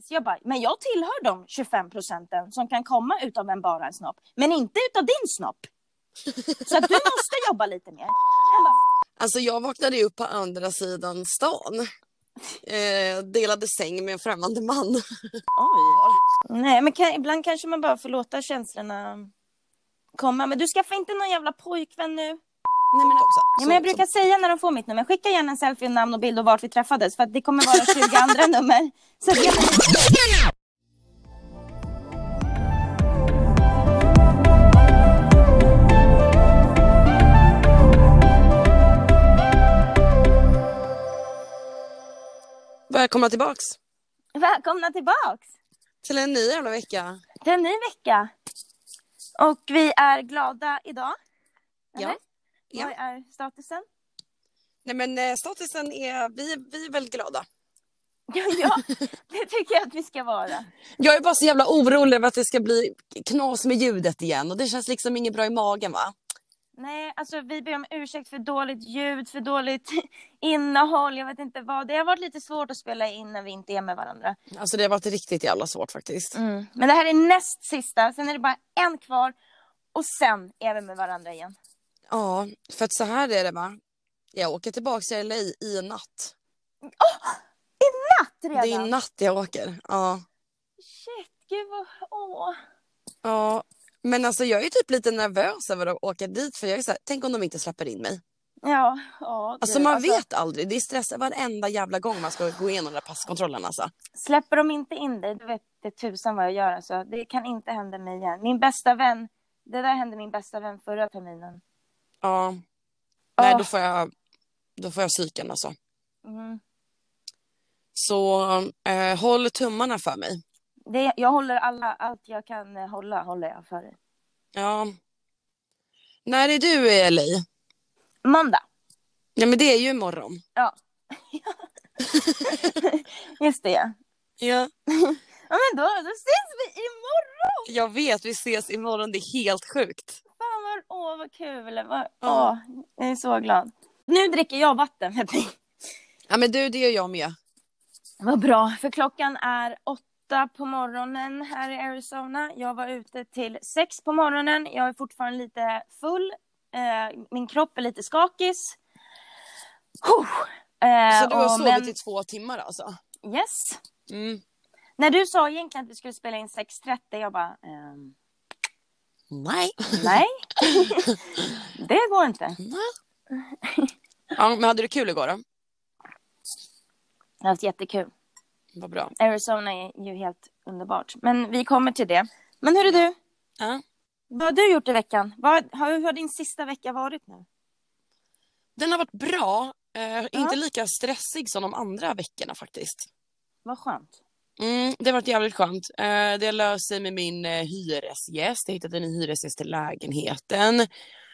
precis. Jag bara, men jag tillhör de 25% som kan komma utav en bara en snopp. Men inte utav din snopp. Så att du måste jobba lite mer. Alltså jag vaknade ju upp på andra sidan stan. Delade säng med en främmande man. Oj. Nej, men ibland kanske man bara får låta känslorna komma. Men du skaffar inte någon jävla pojkvän nu. Nej, men också. Ja, men jag brukar säga när de får mitt nummer, skicka gärna en selfie, namn och bild och vart vi träffades. För att det kommer vara 20 andra nummer. Så Välkomna tillbaks. Välkomna tillbaks. Till en ny jävla vecka. Till en ny vecka. Och vi är glada idag. Eller? Ja. Vad är statusen? Nej, men statusen är, vi är väldigt glada. Ja, det tycker jag att vi ska vara. Jag är bara så jävla orolig över att det ska bli knas med ljudet igen. Och det känns liksom inget bra i magen, va? Nej, alltså vi ber om ursäkt för dåligt ljud, för dåligt innehåll. Jag vet inte vad. Det har varit lite svårt att spela in när vi inte är med varandra. Alltså det har varit riktigt jävla svårt faktiskt. Men det här är näst sista. Sen är det bara en kvar. Och sen är vi med varandra igen. Ja, för att så här är det, va? Jag åker tillbaka till LA i natt. I natt redan? Det är i natt jag åker, ja. Shit, gud vad... Åh. Ja, men alltså jag är typ lite nervös över att åka dit. För jag är så här, tänk om de inte släpper in mig. Ja, Alltså man vet aldrig, det är stress varenda jävla gång man ska gå igenom den där passkontrollen alltså. Släpper de inte in dig, du vet det tusan vad jag gör. Alltså. Det kan inte hända mig igen. Min bästa vän, det där hände min bästa vän förra terminen. Ja, nej då får jag psyken alltså. Så håll tummarna för mig. Jag håller allt jag kan håller jag för dig. Ja. När är du i LA? Måndag. Ja, men det är ju imorgon. Ja. Just det. Ja. Ja, men då ses vi imorgon. Jag vet, vi ses imorgon, det är helt sjukt. Fan vad kul. Jag är så glad. Nu dricker jag vatten för mig. Ja, men det gör jag med. Vad bra, för klockan är 8 på morgonen här i Arizona. Jag var ute till 6 på morgonen. Jag är fortfarande lite full. Min kropp är lite skakig. Så du har sovit i 2 timmar alltså? Yes. När du sa egentligen att vi skulle spela in 6:30, jag bara... Nej. Det går inte. Ja, men hade du kul igår då? Jag har haft jättekul. Vad bra. Arizona är ju helt underbart. Men vi kommer till det. Men hur är du? Ja. Vad har du gjort i veckan? Hur har din sista vecka varit nu? Den har varit bra. Inte lika stressig som de andra veckorna faktiskt. Vad skönt. Det har varit jävligt skönt. Det löser sig med min hyresgäst. Jag hittade en hyresgäst till lägenheten.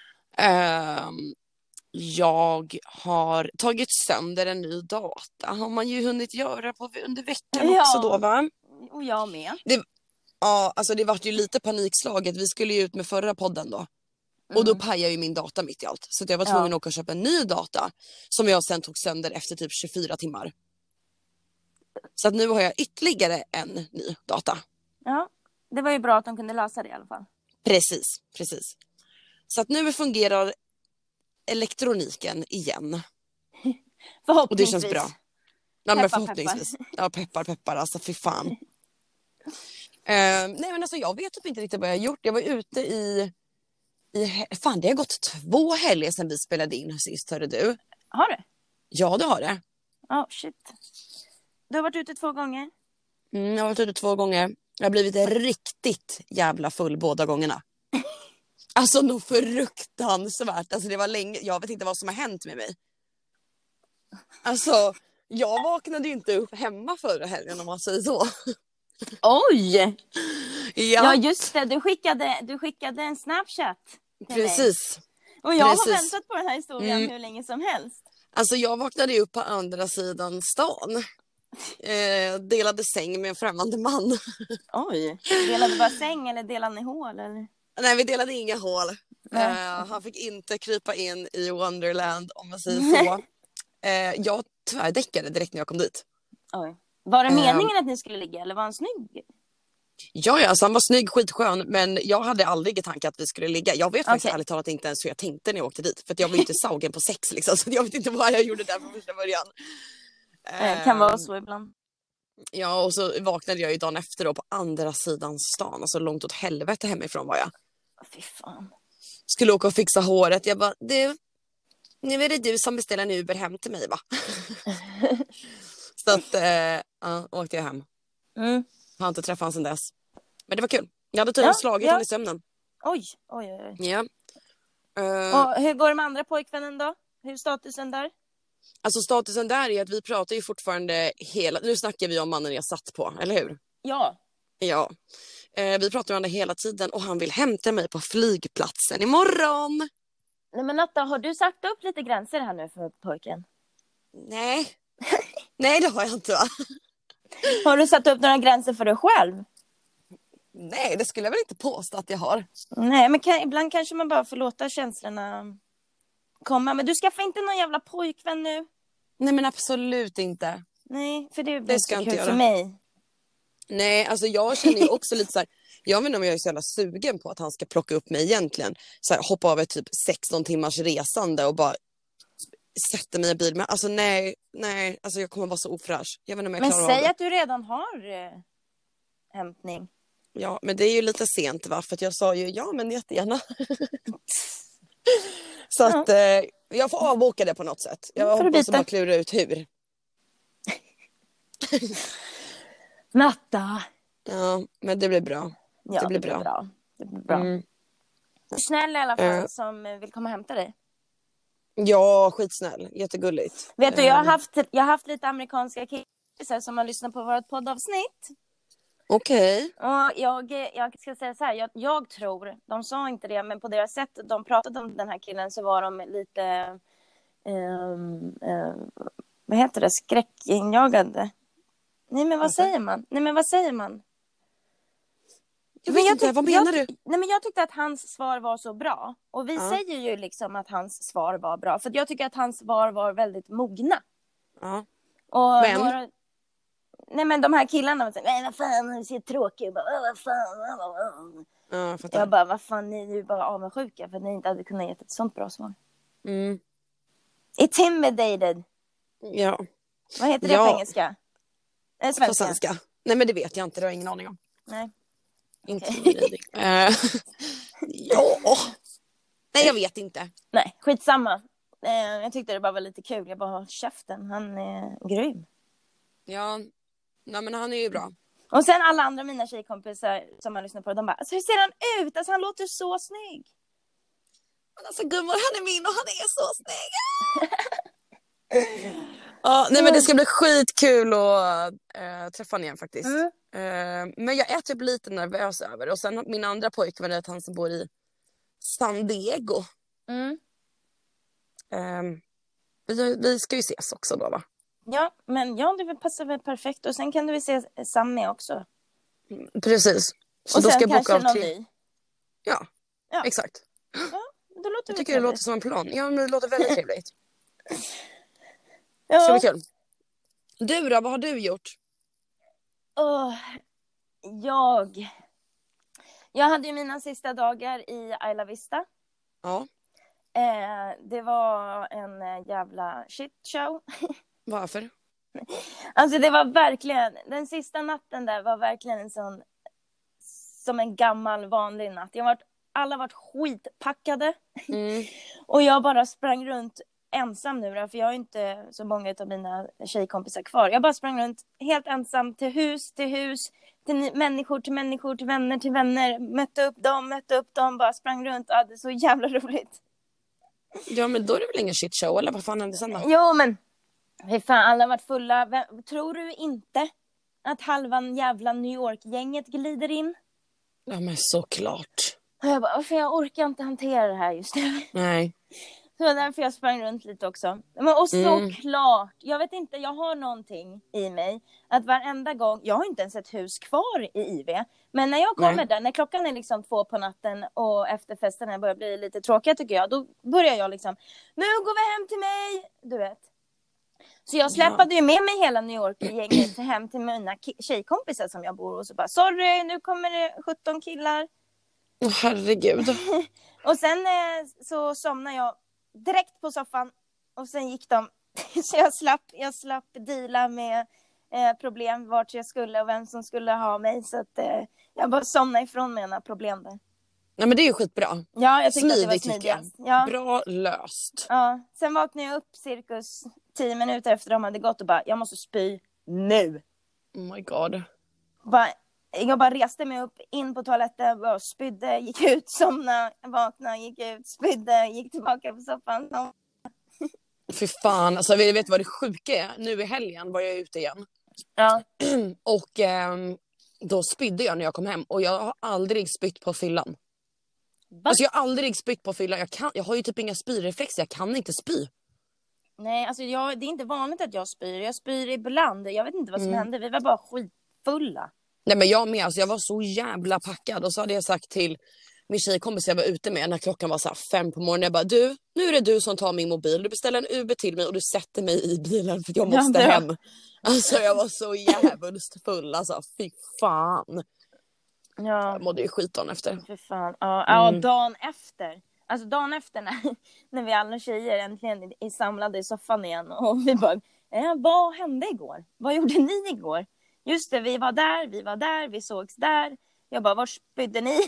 Jag har tagit sönder en ny data. Har man ju hunnit göra under veckan också då, va? Och jag med. Alltså det var ju lite panikslaget. Vi skulle ju ut med förra podden då. Och då pajade ju min data mitt i allt. Så jag var tvungen att åka och köpa en ny data. Som jag sen tog sönder efter typ 24 timmar. Så att nu har jag ytterligare en ny data. Ja, det var ju bra att de kunde lösa det i alla fall. Precis. Så att nu fungerar elektroniken igen. Förhoppningsvis. Och det känns bra. Ja, men förhoppningsvis. Peppar. Ja, peppar. Alltså fy fan. Nej, men alltså jag vet typ inte riktigt vad jag har gjort. Jag var ute fan, det har gått 2 helger sedan vi spelade in sist, hörde du. Har du? Ja, det har det. Shit. Du har varit ute 2 gånger? Jag har varit ute 2 gånger. Jag har blivit riktigt jävla full båda gångerna. Alltså nog fruktansvärt. Alltså det var länge. Jag vet inte vad som har hänt med mig. Alltså jag vaknade ju inte upp hemma förra helgen, om man säger så. Oj! Ja, just det. Du skickade en Snapchat till precis. mig. Och jag har väntat på den här historien hur länge som helst. Alltså jag vaknade ju upp på andra sidan stan. Delade säng med en främmande man. Oj, delade bara säng eller delade ni hål? Eller? Nej, vi delade inga hål. Han fick inte krypa in i Wonderland, om man säger så. Jag tvärdäckade direkt när jag kom dit. Oj. Var det meningen att ni skulle ligga eller var han snygg? Ja, alltså han var snygg, skitskön, men jag hade aldrig i tanke att vi skulle ligga. Jag vet faktiskt ärligt talat inte ens hur jag tänkte när jag åkte dit. För att jag var ju inte saugen på sex liksom, så jag vet inte vad jag gjorde där från första början. Det kan vara så ibland. Ja, och så vaknade jag ju dagen efter då på andra sidan stan. Alltså långt åt helvete hemifrån var jag. Fy fan. Skulle åka och fixa håret. Jag bara, du, nu är det du som beställer en Uber hem till mig va? Så att, åkte jag hem. Jag har inte träffat honom sedan dess. Men det var kul. Jag hade tydligen slagit honom i sömnen. Oj. Ja. Och hur går det med andra pojkvännen då? Hur är statusen där? Alltså statusen där är att vi pratar ju fortfarande nu snackar vi om mannen jag satt på, eller hur? Ja. Ja. Vi pratar om det hela tiden och han vill hämta mig på flygplatsen imorgon. Nej men Natta, har du satt upp lite gränser här nu för pojken? Nej. Nej, det har jag inte va? Har du satt upp några gränser för dig själv? Nej, det skulle jag väl inte påstå att jag har. Nej, men ibland kanske man bara får låta känslorna komma. Men du skaffar inte någon jävla pojkvän nu? Nej, men absolut inte. Nej, för det blir ska så inte kul göra. för mig. Nej, alltså jag känner ju också lite så här. Jag vet inte om jag är så jävla sugen på att han ska plocka upp mig egentligen. Så här, hoppa av ett typ 16 timmars resande och bara sätta mig i bil. Men alltså nej. Alltså jag kommer vara så ofräsch. Jag vet inte om jag men klarar säg av det. att du redan har hämtning. Ja, men det är ju lite sent va? För att jag sa ju ja, men jättegärna. Så att jag får avboka det på något sätt. Jag hoppas bara klura ut hur. Natta. Ja, men det blir bra. Ja, det blir bra. Det blir bra. Du är snäll i alla fall som vill komma och hämta dig. Ja, skitsnäll. Jättegulligt. Vet du, jag har haft lite amerikanska killar som har lyssnat på vårt poddavsnitt. Okej. Och jag ska säga så här, jag tror, de sa inte det, men på deras sätt de pratade om den här killen så var de lite vad heter det, skräckinjagande. Nej men vad säger man? Jag vet inte, vad menar du? Nej men jag tyckte att hans svar var så bra. Och vi säger ju liksom att hans svar var bra. För jag tycker att hans svar var väldigt mogna. Ja. Och nej men de här killarna säger, nej vad fan, du ser tråkig ut. Vad fan. Ja, jag bara, vad fan, ni är ju bara avundsjuka för att ni inte hade kunnat ge ett sånt bra svar. Intimidated. Ja. Vad heter det på engelska? Svenska. På svenska. Nej men det vet jag inte, det har jag ingen aning om. Nej. Intimidating. Ja. Nej jag vet inte. Nej, skitsamma. Jag tyckte det bara var lite kul. Jag bara, käften, han är grym. Ja, nej men han är ju bra. Och sen alla andra mina tjejkompisar som har lyssnat på det, de bara, alltså hur ser han ut? Alltså han låter så snygg. Alltså gummor, han är min och han är så snygg. Ja, nej men det ska bli skitkul att träffa honom igen faktiskt. Men jag är typ lite nervös över det. Och sen min andra pojkvän är att han som bor i San Diego. Vi ska ju ses också då va? Ja, men det passar väl perfekt. Och sen kan du väl se Sammy också. Precis. Så och då sen ska jag kanske boka av någon ny. Ja, exakt. Ja, det låter jag tycker det låter som en plan. Ja, men det låter väldigt trevligt. Ja. Så det blir kul. Du då, vad har du gjort? Jag hade ju mina sista dagar i Isla Vista. Ja. Det var en jävla shit show. Varför? Alltså det var verkligen, den sista natten där var verkligen en sån, som en gammal vanlig natt. Alla varit skitpackade. Och jag bara sprang runt ensam nu då, för jag har inte så många av mina tjejkompisar kvar. Jag bara sprang runt helt ensam till hus, till människor, till människor, till vänner. Mötte upp dem, bara sprang runt. Ja, det är så jävla roligt. Ja, men då är det väl ingen shit show, eller vad fan hände sen då? Jo, men hur fan, alla har varit fulla. Tror du inte att halvan jävla New York-gänget glider in? Ja, men såklart. Och jag bara, för jag orkar inte hantera det här just nu. Nej. Så det var därför jag sprang runt lite också. Men, och såklart, jag vet inte, jag har någonting i mig. Att varenda gång, jag har inte ens ett hus kvar i IV. Men när jag kommer där, när klockan är liksom 2 på natten och efterfesten börjar bli lite tråkiga tycker jag. Då börjar jag liksom, nu går vi hem till mig, du vet. Så jag släppade ju med mig hela New York-gänget hem till mina tjejkompisar som jag bor hos. Och bara, sorry, nu kommer det 17 killar. Herregud. Och sen så somnade jag direkt på soffan. Och sen gick de. Så jag slapp deala med problem vart jag skulle och vem som skulle ha mig. Så att jag bara somnade ifrån mig några problem där. Nej, men det är ju skitbra. Ja, jag tyckte att det var smidigast. Ja. Bra löst. Ja. Sen vaknade jag upp cirkus 10 minuter efter de hade gått och bara, jag måste spy nu. Oh my god. Jag bara reste mig upp, in på toaletten, bara spydde, gick ut, somnade, vaknade, gick ut, spydde, gick tillbaka på soffan. Fy fan, alltså vet du vad det sjuka är? Nu i helgen var jag ute igen. Ja. Och då spydde jag när jag kom hem. Och jag har aldrig spytt på fyllan. Alltså jag har aldrig spytt på fyllan. Jag har ju typ inga spyreflexer, jag kan inte spy. Nej, alltså det är inte vanligt att jag spyr. Jag spyr ibland, jag vet inte vad som hände. Vi var bara skitfulla. Nej, men jag med, alltså jag var så jävla packad. Och så hade jag sagt till min tjejkompis jag var ute med när klockan var så 5 på morgonen. Jag bara, du, nu är det du som tar min mobil. Du beställer en Uber till mig och du sätter mig i bilen för att jag måste hem. Alltså jag var så jävligt full, alltså fy fan. Ja. Jag mådde ju skit dagen efter. Fy fan. Ja, dagen efter. Alltså dagen efter när vi alla tjejer äntligen är samlade i soffan igen. Och vi bara, vad hände igår? Vad gjorde ni igår? Just det, vi var där, vi sågs där. Jag bara, var spydde ni?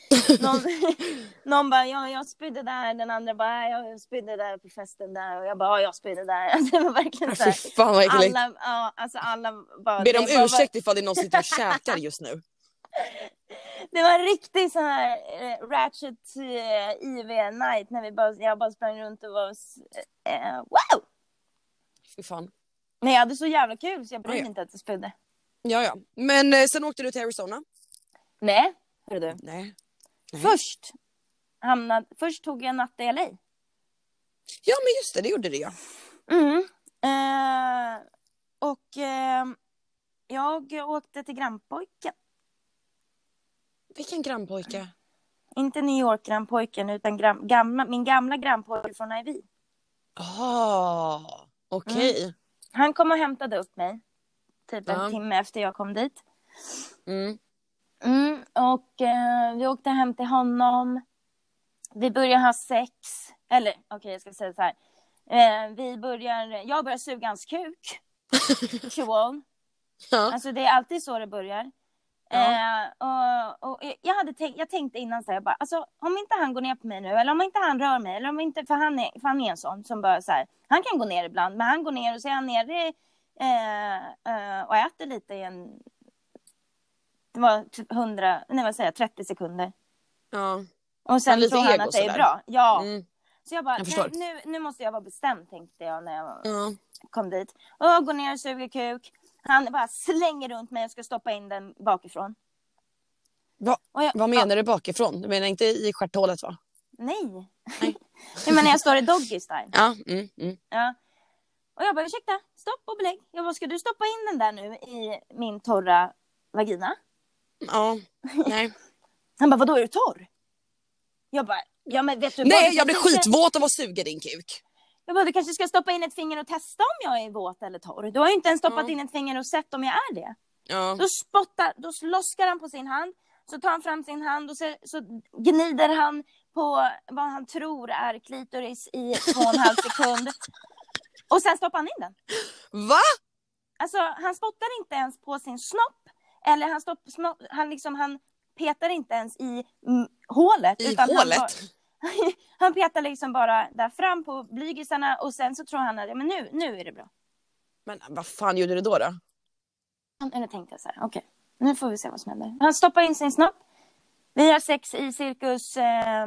någon bara, jag spydde där. Den andra bara, jag spydde där på festen där. Och jag bara, jag spydde där. Alltså, det var verkligen så här. Fy fan vad äckligt. Alla bara... Ber om ursäkt ifall det är någon som sitter och käkar just nu. Det var en riktig sån här Ratchet IV night när jag bara sprang runt och var wow! Fy fan. Men jag hade så jävla kul så jag brydde inte att jag spydde. Ja. Men sen åkte du till Arizona? Nej, hörru du. Nej. Först tog jag en natt i LA. Ja, men just det gjorde det ja. Jag åkte till grannpojken. Vilken grannpojke? Inte New York-grannpojken utan min gamla grannpojke från Ivy. Okej. Han kom och hämtade upp mig. Typ en timme efter jag kom dit. Och vi åkte hem till honom. Vi började ha sex. Eller, jag ska säga så här. Jag börjar suga hans kuk. Ja. Alltså det är alltid så det börjar. Och jag tänkte innan så här, bara, alltså, om inte han går ner på mig nu, eller om inte han rör mig, eller om inte, för han är en sån som bara så här, han kan gå ner ibland, men han går ner och så är han nere och äter lite i det var typ 30 sekunder. Ja. Och sen tror han att det är bra. Ja. Så jag bara, nu måste jag vara bestämd, tänkte jag när jag kom dit. Och jag går ner och suger kuk. Han bara slänger runt mig och ska stoppa in den bakifrån. Vad menar du bakifrån? Du menar inte i stjärthålet va? Nej. Jag menar jag står i doggy style. Ja. Och jag bara, ursäkta, stopp och belägg. Jag bara, ska du stoppa in den där nu i min torra vagina? Ja, nej. Han bara, vadå är du torr? Jag bara, men vet du... Nej, jag blir skitvåt av att suga din kuk. Jag bara, du kanske ska stoppa in ett finger och testa om jag är våt eller torr. Du har ju inte ens stoppat in ett finger och sett om jag är det. Ja. Då loskar han på sin hand. Så tar han fram sin hand och så gnider han på vad han tror är klitoris i 2,5 sekund. Och sen stoppar han in den. Va? Alltså han spottar inte ens på sin snopp. Eller han petar inte ens i hålet. Han petar liksom bara där fram på blygisarna. Och sen så tror han att men nu är det bra. Men vad fan gjorde du då? Eller tänkte jag så här, okej. Nu får vi se vad som händer. Han stoppar in sin snopp. Vi har sex i cirkus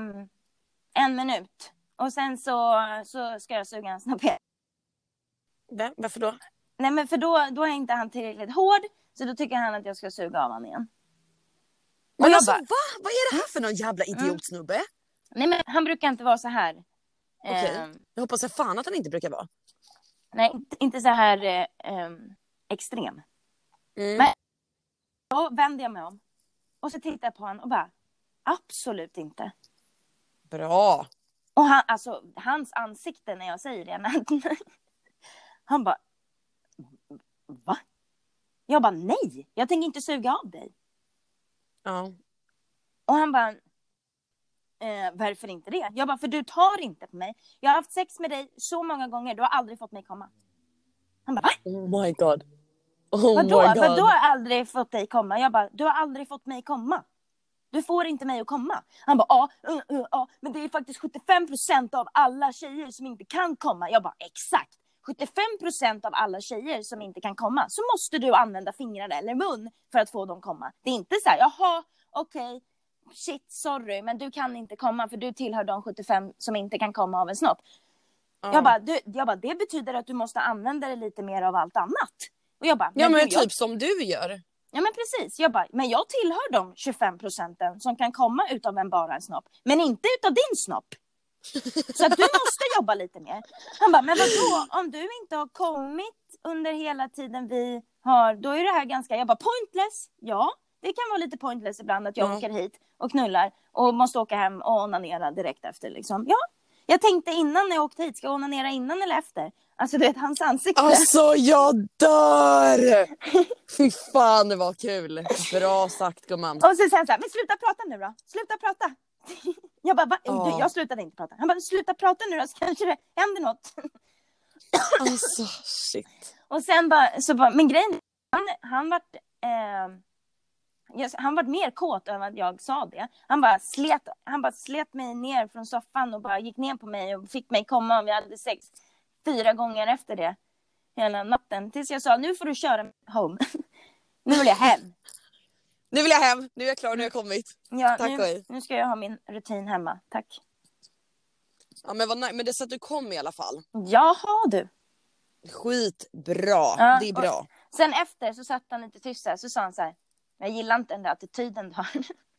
1 minut. Och sen så ska jag suga en snopp. Varför då? Nej men för då är inte han tillräckligt hård. Så då tycker han att jag ska suga av honom igen. Men alltså va? Vad är det här för någon jävla idiotsnubbe? Nej men han brukar inte vara så här. Okej. Jag hoppas jag fan att han inte brukar vara. Nej, inte så här extrem. Men då vände jag mig om. Och så tittade jag på honom och bara, absolut inte. Bra. Och hans ansikte när jag säger det. Han bara, Va? Jag bara, nej, jag tänker inte suga av dig. Ja. Och han bara, varför inte det? Jag bara, för du tar inte på mig. Jag har haft sex med dig så många gånger, du har aldrig fått mig komma. Han bara, va? Oh my god. Oh Vadå? my god. Vadå har jag aldrig fått dig komma? Jag bara, du har aldrig fått mig komma. Du får inte mig att komma. Han bara, ja, men det är faktiskt 75% av alla tjejer som inte kan komma. Jag bara, exakt. 75% av alla tjejer som inte kan komma, så måste du använda fingrar eller mun för att få dem komma. Det är inte så här, jaha, okej, shit, sorry, men du kan inte komma för du tillhör de 75 som inte kan komma av en snopp. Jag bara, det betyder att du måste använda det lite mer av allt annat. Och jag bara, ja, men typ som du gör. Ja, men precis. Jag bara, men jag tillhör de 25% som kan komma utav bara en snopp. Men inte utav din snopp. Så att du måste jobba lite mer. Han bara, men vadå? Om du inte har kommit under hela tiden vi har, då är det här ganska, jag bara, pointless. Ja, det kan vara lite pointless ibland att jag åker hit och knullar och måste åka hem och onanera direkt efter liksom. Ja, jag tänkte innan när jag åkte hit, ska jag onanera innan eller efter? Alltså du vet, hans ansikte. Alltså jag dör! Fy fan, det var kul. Bra sagt, gumman. Och så säger han så här, men sluta prata nu då. Sluta prata. Jag bara, va? Du, jag slutade inte prata. Han bara, sluta prata nu då, så kanske det händer något. Alltså, shit. Och sen bara, men grejen, han vart mer kåt över att jag sa det. Han bara slet mig ner från soffan och bara gick ner på mig och fick mig komma, och vi hade sex 4 gånger efter det hela natten, tills jag sa, nu får du köra home. Nu vill jag hem. Nu vill jag hem, nu är jag klar, nu har jag kommit. Ja, tack nu ska jag ha min rutin hemma, tack. Ja, men det är så att du kom i alla fall. Jaha du. Skitbra, ja, det är bra. Sen efter så satt han lite tyst så sa han så här, jag gillar inte den där attityden du har.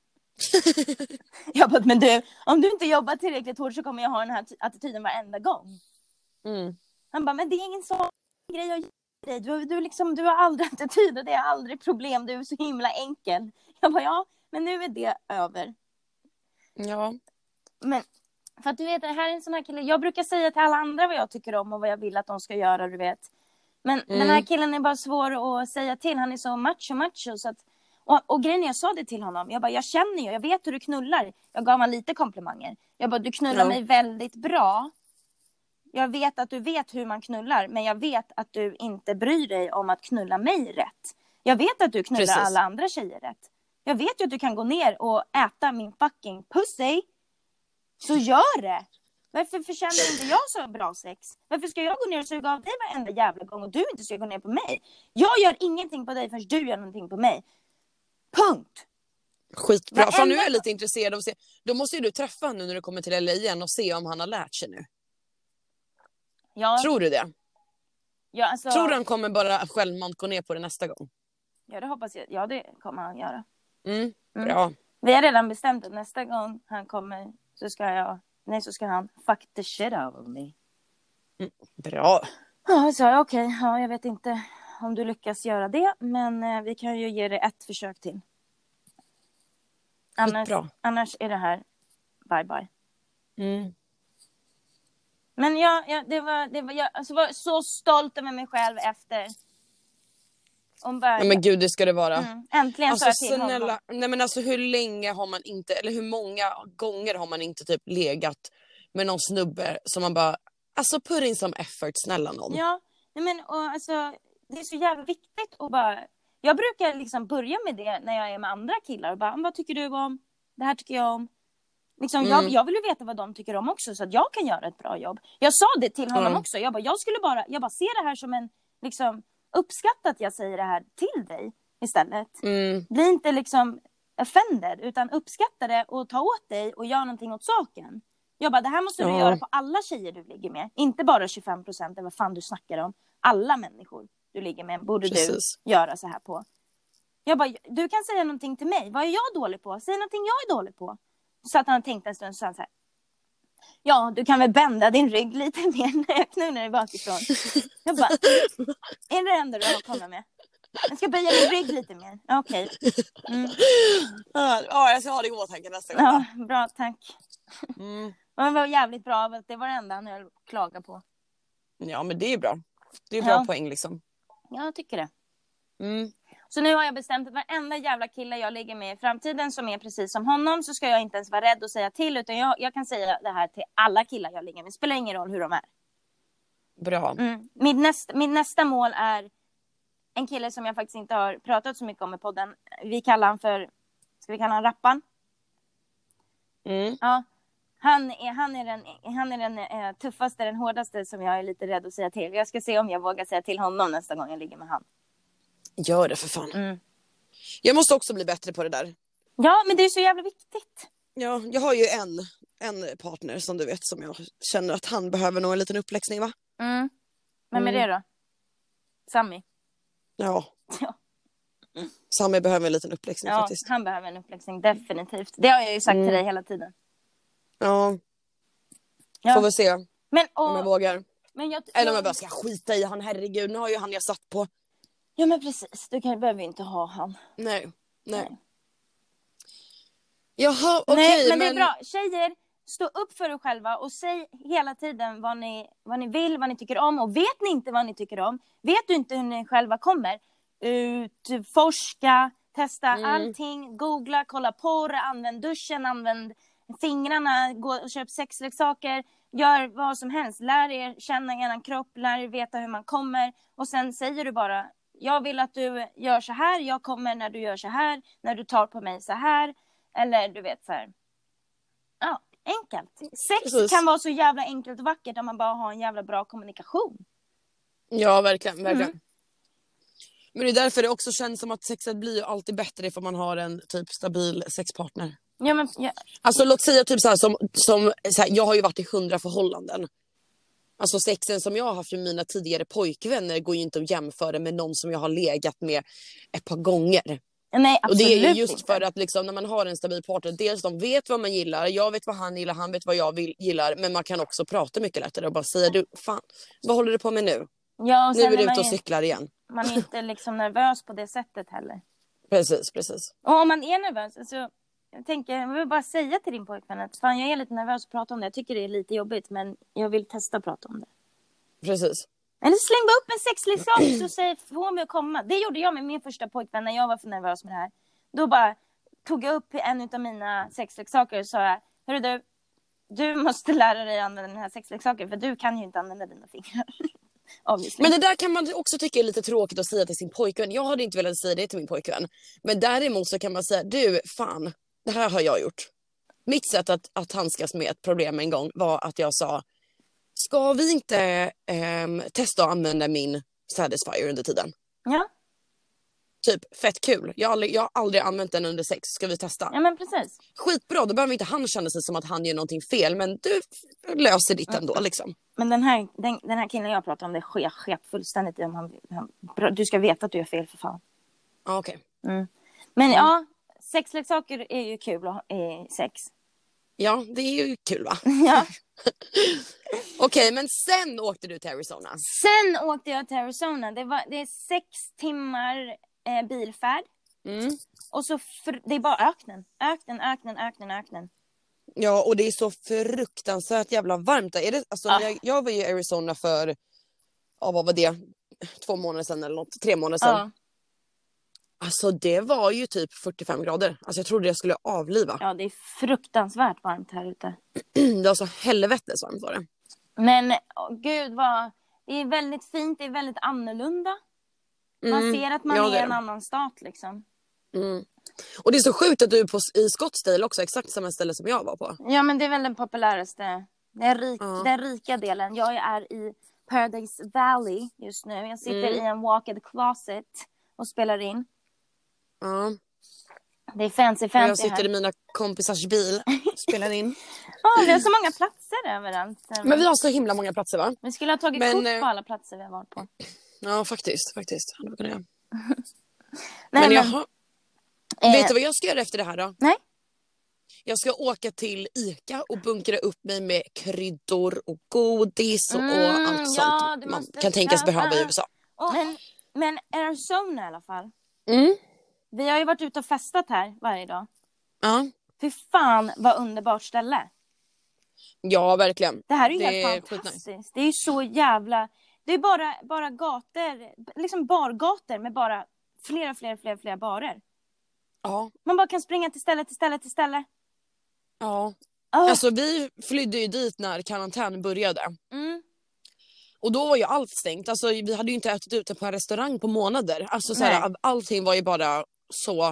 Jag bara, men du, om du inte jobbar tillräckligt hårt så kommer jag ha den här attityden varenda gång. Han bara, men det är ingen sån grej jag ger dig. Du har aldrig attityd och det är aldrig problem. Du är så himla enkel. Jag bara, ja, men nu är det över. Ja. Men för att du vet, det här är en sån här kille. Jag brukar säga till alla andra vad jag tycker om och vad jag vill att de ska göra, du vet. Men den här killen är bara svår att säga till. Han är så macho så att, och grejen, jag sa det till honom. Jag bara, jag känner ju, jag vet hur du knullar. Jag gav honom lite komplimanger. Jag bara, du knullar mig väldigt bra. Jag vet att du vet hur man knullar, men jag vet att du inte bryr dig om att knulla mig rätt. Jag vet att du knullar alla andra tjejer rätt. Jag vet ju att du kan gå ner och äta min fucking pussy. Så gör det. Varför förtjänar inte jag så bra sex? Varför ska jag gå ner och suga av dig varenda jävla gång och du inte ska gå ner på mig? Jag gör ingenting på dig förrän du gör någonting på mig. Punkt. Skitbra. För nu är jag lite intresserad av att se. Då måste ju du träffa honom nu när du kommer till LA igen och se om han har lärt sig nu. Ja. Tror du det? Ja, alltså... Tror du han kommer bara självmant gå ner på det nästa gång? Ja, det hoppas jag. Ja, det kommer han göra. Bra. Vi har redan bestämt att nästa gång han kommer så ska han fuck the shit out of me. Bra. Ja, så okej. Ja, jag vet inte om du lyckas göra det, men vi kan ju ge det ett försök till. Annars är det här bye bye. Men jag var så stolt över mig själv efter. Ja, men gud, det ska det vara. Äntligen alltså, sa jag till honom. Nej, men alltså hur länge har man inte, eller hur många gånger har man inte typ legat med någon snubbe som man bara, alltså put in some effort, snälla någon. Ja, men och alltså det är så jävla viktigt och bara, jag brukar liksom börja med det när jag är med andra killar och bara, vad tycker du om? Det här tycker jag om. Liksom, jag vill ju veta vad de tycker om också så att jag kan göra ett bra jobb. Jag sa det till honom också. Jag bara ser det här som en liksom uppskatta att jag säger det här till dig istället. Bli inte liksom offended utan uppskatta det och ta åt dig och göra någonting åt saken. Jag bara, det här måste du göra på alla tjejer du ligger med. Inte bara 25% eller vad fan du snackar om. Alla människor du ligger med borde du göra så här på. Jag bara, du kan säga någonting till mig. Vad är jag dålig på? Säg någonting jag är dålig på. Så att han tänkte en stund så här. Ja, du kan väl bända din rygg lite mer när jag knullar dig bakifrån. Jag bara, är det enda du har kommit med? Jag ska böja min rygg lite mer. Okej. Ja, jag ska ha det i åtanke nästa gång. Ja, bra, tack. Det var jävligt bra. Det var det enda han höll klaga på. Ja, men det är bra. Det är bra poäng liksom. Jag tycker det. Mm. Så nu har jag bestämt att varenda jävla kille jag ligger med i framtiden som är precis som honom, så ska jag inte ens vara rädd att säga till, utan jag kan säga det här till alla killar jag ligger med. Det spelar ingen roll hur de är. Bra. Mitt nästa mål är en kille som jag faktiskt inte har pratat så mycket om i podden. Vi kallar han för, ska vi kalla han Rappan? Ja. Han är den tuffaste, den hårdaste som jag är lite rädd att säga till. Jag ska se om jag vågar säga till honom nästa gång jag ligger med han. Gör det för fan. Jag måste också bli bättre på det där. Ja, men det är så jävla viktigt. Ja, jag har ju en partner som du vet, som jag känner att han behöver nog en liten uppläxning, va? Vem är det då? Sammy? Ja. Sammy behöver en liten uppläxning faktiskt. Ja, han behöver en uppläxning, definitivt. Det har jag ju sagt till dig hela tiden. Ja. Får vi se om jag vågar. Eller om jag bara ska skita i han, herregud. Nu har ju han jag satt på. Ja, men precis. Du behöver ju inte ha han. Nej. Jaha, okej. Nej, men det är bra. Tjejer, stå upp för er själva och säg hela tiden vad ni vill, vad ni tycker om. Och vet ni inte vad ni tycker om, vet du inte hur ni själva kommer, forska, testa allting, googla, kolla porr, använd duschen, använd fingrarna, gå och köp sexleksaker, gör vad som helst. Lär er känna er kropp, lär er veta hur man kommer. Och sen säger du bara, jag vill att du gör så här, jag kommer när du gör så här, när du tar på mig så här. Eller du vet så här. Ja, enkelt. Sex kan vara så jävla enkelt och vackert om man bara har en jävla bra kommunikation. Ja, verkligen. Men det är därför det också känns som att sexet blir ju alltid bättre ifall man har en typ stabil sexpartner. Alltså låt säga typ så här som så här, jag har ju varit i 100 förhållanden. Alltså sexen som jag har haft med mina tidigare pojkvänner går ju inte att jämföra med någon som jag har legat med ett par gånger. Nej, absolut. Och det är just för att liksom, när man har en stabil partner, dels de vet vad man gillar, jag vet vad han gillar, han vet vad jag gillar, men man kan också prata mycket lättare och bara säga, du fan, vad håller du på med nu? Ja, och nu är du ute och cyklar igen. Man är inte liksom nervös på det sättet heller. Precis. Och om man är nervös, alltså, jag vill bara säga till din pojkvän att fan, jag är lite nervös att prata om det. Jag tycker det är lite jobbigt, men jag vill testa att prata om det. Precis. Eller släng bara upp en sexleksak så säg få mig att komma. Det gjorde jag med min första pojkvän när jag var för nervös med det här. Då bara tog jag upp en av mina sexleksaker och sa, hörru du måste lära dig använda den här sexleksaken, för du kan ju inte använda dina fingrar. Men det där kan man också tycka är lite tråkigt att säga till sin pojkvän. Jag hade inte velat säga det till min pojkvän. Men däremot så kan man säga, du fan, det här har jag gjort. Mitt sätt att handskas med ett problem en gång var att jag sa, ska vi inte testa att använda min Satisfyer under tiden? Ja. Typ, fett kul. Jag har aldrig använt den under sex. Ska vi testa? Ja, men precis. Skitbra, då behöver inte han känna sig som att han gör någonting fel. Men du löser ditt ändå liksom. Men den här killen jag pratar om, det sker fullständigt i om du ska veta att du gör fel för fan. Ja, okej. Men ja, sexleksaker är ju kul i sex. Ja, det är ju kul, va? Ja. Okej, men sen åkte du till Arizona. Sen åkte jag till Arizona. Det är 6 timmar bilfärd. Och så det är bara öknen. Ja, och det är så fruktansvärt jävla varmt där. Är det, alltså, jag var i Arizona för, vad var det? 2 månader sedan eller något, 3 månader sedan. Alltså det var ju typ 45 grader. Alltså jag trodde jag skulle avliva. Ja, det är fruktansvärt varmt här ute. Det var så helvetes varmt var det. Men gud det är väldigt fint, det är väldigt annorlunda. Man ser att man är en annan stat liksom. Och det är så sjukt att du är i Scottsdale också, exakt samma ställe som jag var på. Ja, men det är väl den populäraste, den rika delen. Jag är i Paradise Valley just nu. Jag sitter i en walk-in closet och spelar in. Det är fancy jag sitter här i mina kompisars bil och spelar in. Vi har så många platser överallt. Men vi har så himla många platser, va? Vi skulle ha tagit kort på alla platser vi har varit på. Ja, faktiskt. Hade vi kunnat göra. Men jag vet du vad jag ska göra efter det här då? Nej. Jag ska åka till Ica och bunkra upp mig med kryddor och godis och allt sånt man kan tänkas behöva i USA. Men Arizona i alla fall. Vi har ju varit ute och festat här varje dag. Ja. Fy fan vad underbart ställe. Ja, verkligen. Det här är ju helt fantastiskt. Nice. Det är ju så jävla... Det är bara gator, liksom bargator med bara flera barer. Ja. Man bara kan springa till ställe. Ja. Alltså vi flydde ju dit när karantän började. Och då var ju allt stängt. Alltså vi hade ju inte ätit ute på en restaurang på månader. Alltså så här, allting var ju bara så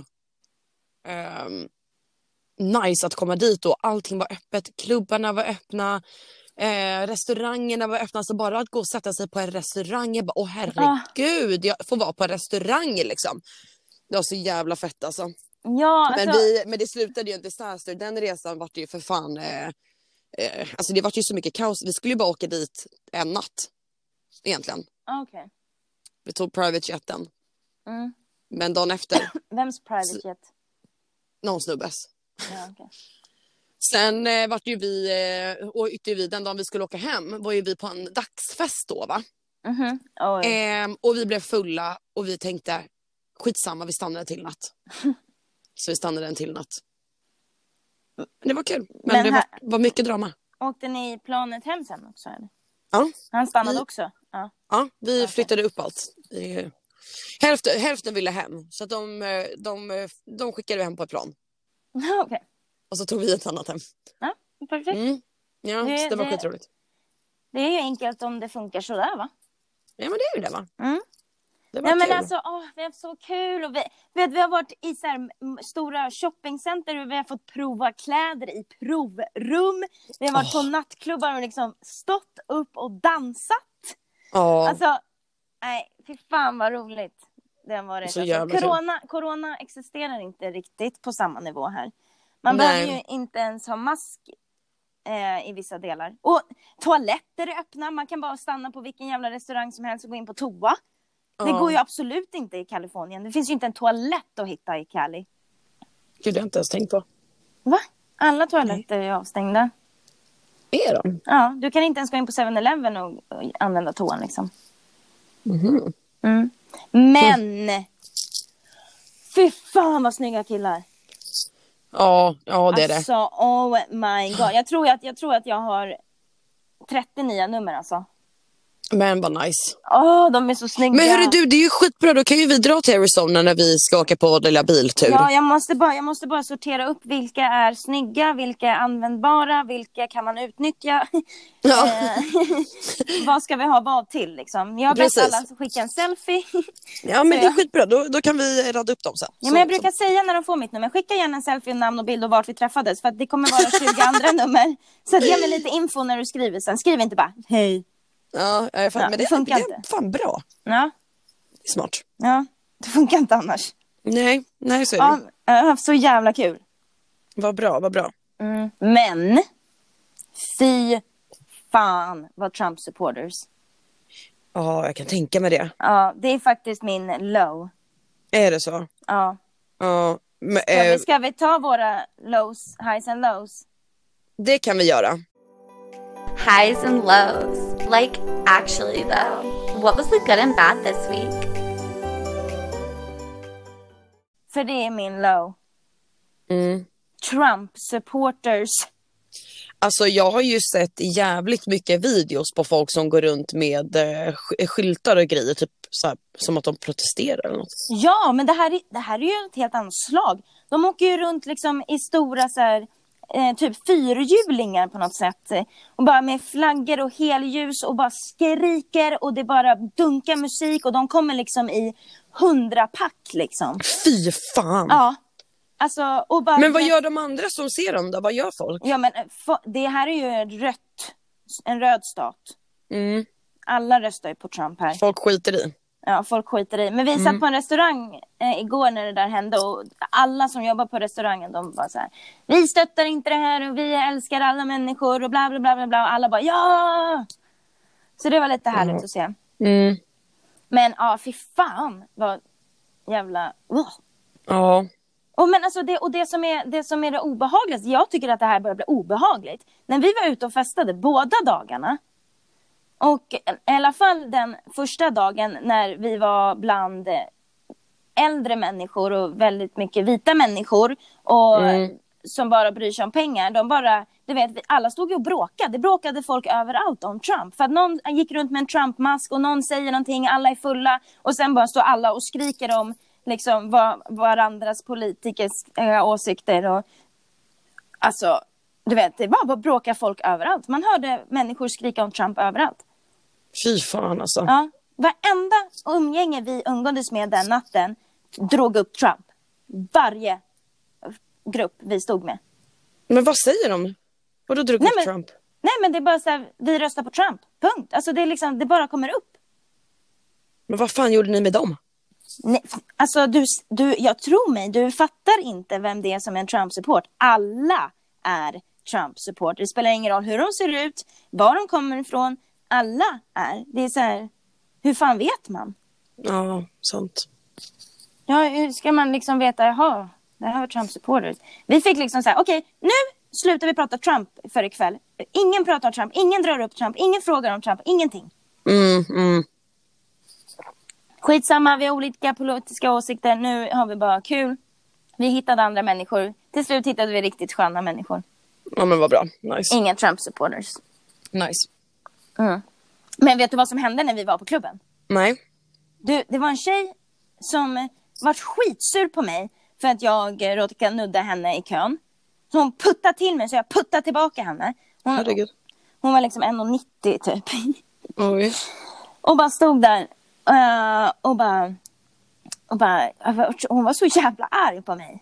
nice att komma dit, och allting var öppet. Klubbarna var öppna. Restaurangerna var öppna. Så bara att gå och sätta sig på en restaurang, jag bara, åh herregud, jag får vara på en restaurang liksom. Det var så jävla fett alltså. Ja, alltså... Men det slutade ju inte disaster. Den resan var ju för fan alltså det var ju så mycket kaos. Vi skulle ju bara åka dit en natt egentligen. Okay. Vi tog private jeten. Men dagen efter vems private jet? Någon snubbes. Ja, okay. Sen vart ju vi den dagen vi skulle åka hem var ju vi på en dagsfest då, va? Och vi blev fulla och vi tänkte skitsamma, vi stannade till natt. Så vi stannade en till natt. Det var kul. Men det var mycket drama. Åkte ni planet hem sen också? Eller? Ja. Han stannade också? Ja, vi flyttade upp allt. Hälften ville hem. Så att de skickade hem på ett plan. Okay. Och så tog vi ett annat hem. Ja, perfekt. Ja, det var skitroligt. Det är ju enkelt om det funkar sådär, va? Ja, men det är ju det, va? Det var ja, kul. men alltså, vi har så kul. Och vi har varit i så här stora shoppingcenter och vi har fått prova kläder i provrum. Vi har varit på nattklubbar och liksom stått upp och dansat. Alltså, nej, fy fan vad roligt. Det har varit. Så alltså, corona existerar inte riktigt på samma nivå här. Man behöver ju inte ens ha mask i vissa delar. Och toaletter är öppna. Man kan bara stanna på vilken jävla restaurang som helst och gå in på toa. Det går ju absolut inte i Kalifornien. Det finns ju inte en toalett att hitta i Cali. Gud, det har jag inte ens tänkt på. Va? Alla toaletter är avstängda. Är de? Ja, du kan inte ens gå in på 7-Eleven och använda toan liksom. Men fy fan vad snygga killar. Ja, det är det. Alltså, oh my god. Jag tror att jag har 30 nya nummer alltså. Men vad nice. De är så snygga. Men hörru du, det är ju skitbra. Då kan ju vi dra till Arizona när vi ska åka på vår lilla biltur. Ja, jag måste bara sortera upp vilka är snygga, vilka är användbara, vilka kan man utnyttja. Ja. Vad ska vi ha vad till liksom? Jag har bett alla att skicka en selfie. Ja, men det är skitbra. Då kan vi radda upp dem sen. Ja, men jag brukar säga när de får mitt nummer, skicka gärna en selfie, namn och bild och vart vi träffades. För att det kommer vara 20 andra nummer. Så ge mig lite info när du skriver sen. Skriv inte bara, hej. Ja, men det funkar inte. Det är fan bra. Ja. Det är smart. Ja, det funkar inte annars. Nej, så är det. Jag har haft så jävla kul. Vad bra. Men fy fan vad Trump supporters. Ja, jag kan tänka mig det. Ja, det är faktiskt min low. Är det så? Ja. Ja. Men, ska vi ta våra lows, highs and lows? Det kan vi göra. Highs and lows. Like, actually though, what was the good and bad this week? För det är min low. Trump supporters. Alltså jag har ju sett jävligt mycket videos på folk som går runt med skyltar och grejer. Typ så här, som att de protesterar eller något. Ja, men det här är ju ett helt annat slag. De åker ju runt liksom i stora så här... typ fyrhjulingar på något sätt och bara med flaggor och helljus och bara skriker och det bara dunkar musik och de kommer liksom i 100-pack liksom. Fy fan! Ja. Alltså, och bara, men vad gör de andra som ser dem då? Vad gör folk? Ja, men det här är ju en röd stat. Alla röstar ju på Trump här. Folk skiter i. Ja, folk skiter i. Men vi satt på en restaurang igår när det där hände och alla som jobbar på restaurangen, de bara så här: vi stöttar inte det här och vi älskar alla människor och bla bla bla bla bla. Och alla bara ja! Så det var lite härligt att se. Men ja, fy fan vad jävla... Ja. Och men alltså det som är det obehagligaste, jag tycker att det här börjar bli obehagligt. När vi var ute och festade båda dagarna, och i alla fall den första dagen när vi var bland äldre människor och väldigt mycket vita människor och som bara bryr sig om pengar, de bara, du vet, alla stod ju och bråkade. Det bråkade folk överallt om Trump. För att någon gick runt med en Trump-mask och någon säger någonting, alla är fulla. Och sen bara står alla och skriker om liksom varandras politikers åsikter. Och, alltså, du vet, det var bara bråka folk överallt. Man hörde människor skrika om Trump överallt. Fy fan alltså. Ja, varenda umgänge vi umgåddes med den natten drog upp Trump. Varje grupp vi stod med. Men vad säger de? Vadå drog upp Trump? Nej, men det är bara så här, vi röstar på Trump. Punkt. Alltså det är liksom, det bara kommer upp. Men vad fan gjorde ni med dem? Nej, alltså jag tror mig, du fattar inte vem det är som är en Trump-support. Alla är Trump-support. Det spelar ingen roll hur de ser ut, var de kommer ifrån. Alla är. Det är så här, hur fan vet man? Ja, sant. Ja, hur ska man liksom veta, jaha, det här var Trump-supporters. Vi fick liksom så här, okej, nu slutar vi prata Trump för ikväll. Ingen pratar om Trump, ingen drar upp Trump, ingen frågar om Trump, ingenting. Skitsamma, vi har olika politiska åsikter, nu har vi bara kul. Vi hittade andra människor. Till slut hittade vi riktigt sköna människor. Ja, men vad bra, nice. Inga Trump-supporters. Nice. Men vet du vad som hände när vi var på klubben? Nej. Det var en tjej som var skitsur på mig för att jag råkade nudda henne i kön. Så hon puttade till mig så jag puttade tillbaka henne. Hon var liksom 1,90 typ. Oj. Och bara stod där och bara hon var så jävla arg på mig.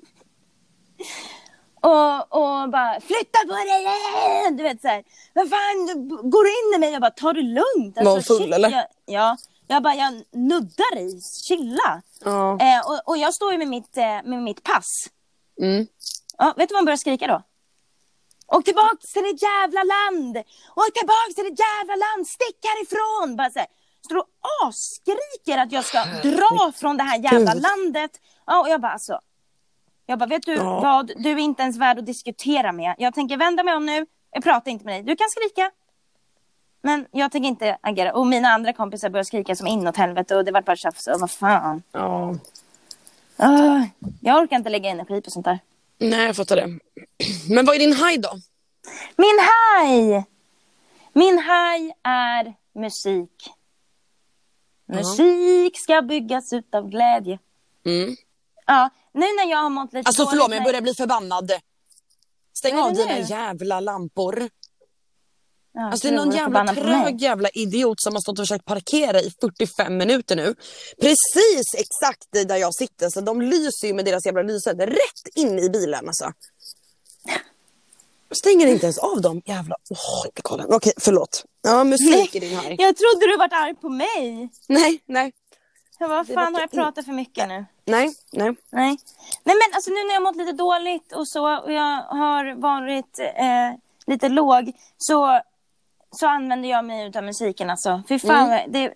och bara flytta på dig. Du vet så här, vad fan, du går in i mig. Jag bara, tar det lugnt. Alltså, var full eller? Jag nuddar i, chilla. Och jag står ju med mitt pass. Ja, vet du vad hon börjar skrika då? Åk tillbaka till ditt jävla land. Åk tillbaka till ditt jävla land. Stick härifrån. Bara så här, står och skriker att jag ska dra från det här jävla landet. Ja, och jag bara, vet du vad? Du är inte ens värd att diskutera med. Jag tänker vända mig om nu. Jag pratar inte med dig. Du kan skrika. Men jag tänker inte agera. Och mina andra kompisar började skrika som inåt helvete. Och det var bara tjafs. Och vad fan. Jag orkar inte lägga energi på sånt där. Nej, jag fattar det. Men vad är din haj då? Min haj är musik. Musik ska byggas ut av glädje. Ja, nu när jag har mått lite... Alltså förlåt, men jag börjar bli förbannad. Stäng av dina jävla lampor. Ja, alltså det är någon jävla trög jävla idiot som har stått och försökt parkera i 45 minuter nu. Precis exakt där jag sitter. Så de lyser ju med deras jävla lysen rätt in i bilen alltså. Stänger inte ens av dem. Jävla... Okej, förlåt. Ja, musik i din här. Jag trodde du var arg på mig. Nej. Vad fan har jag pratat för mycket nu? Nej. Nej, men alltså nu när jag har mått lite dåligt och så. Och jag har varit lite låg. Så använder jag mig av musiken alltså. Fy fan, det är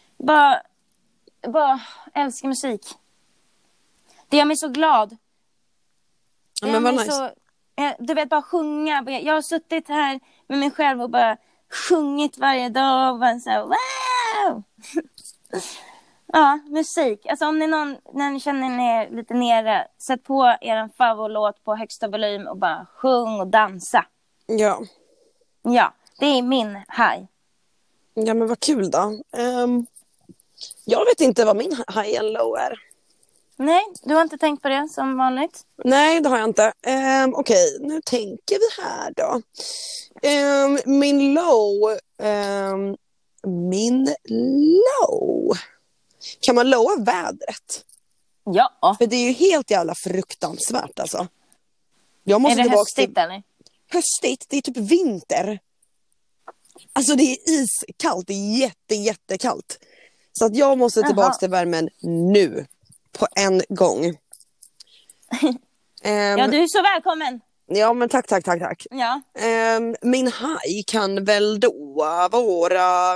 bara älskar musik. Det gör mig så glad. Ja, men vad nice. Du vet, bara sjunga. Jag har suttit här med mig själv och bara sjungit varje dag och bara så här, wow! Ja, musik. Alltså om ni när ni känner er lite nere, sätt på er favoritlåt på högsta volym och bara sjung och dansa. Ja, det är min high. Ja, men vad kul då. Jag vet inte vad min high and low är. Nej, du har inte tänkt på det som vanligt? Nej, det har jag inte. Okej, nu tänker vi här då. Min low... Kan man lowa vädret? Ja. För det är ju helt jävla fruktansvärt alltså. Jag måste är det höstigt eller? Höstigt, det är typ vinter. Alltså det är iskallt, det är jättekallt. Så att jag måste tillbaka till värmen nu. På en gång. Ja, du är så välkommen. Ja, men tack. Ja. Min haj kan väl då vara...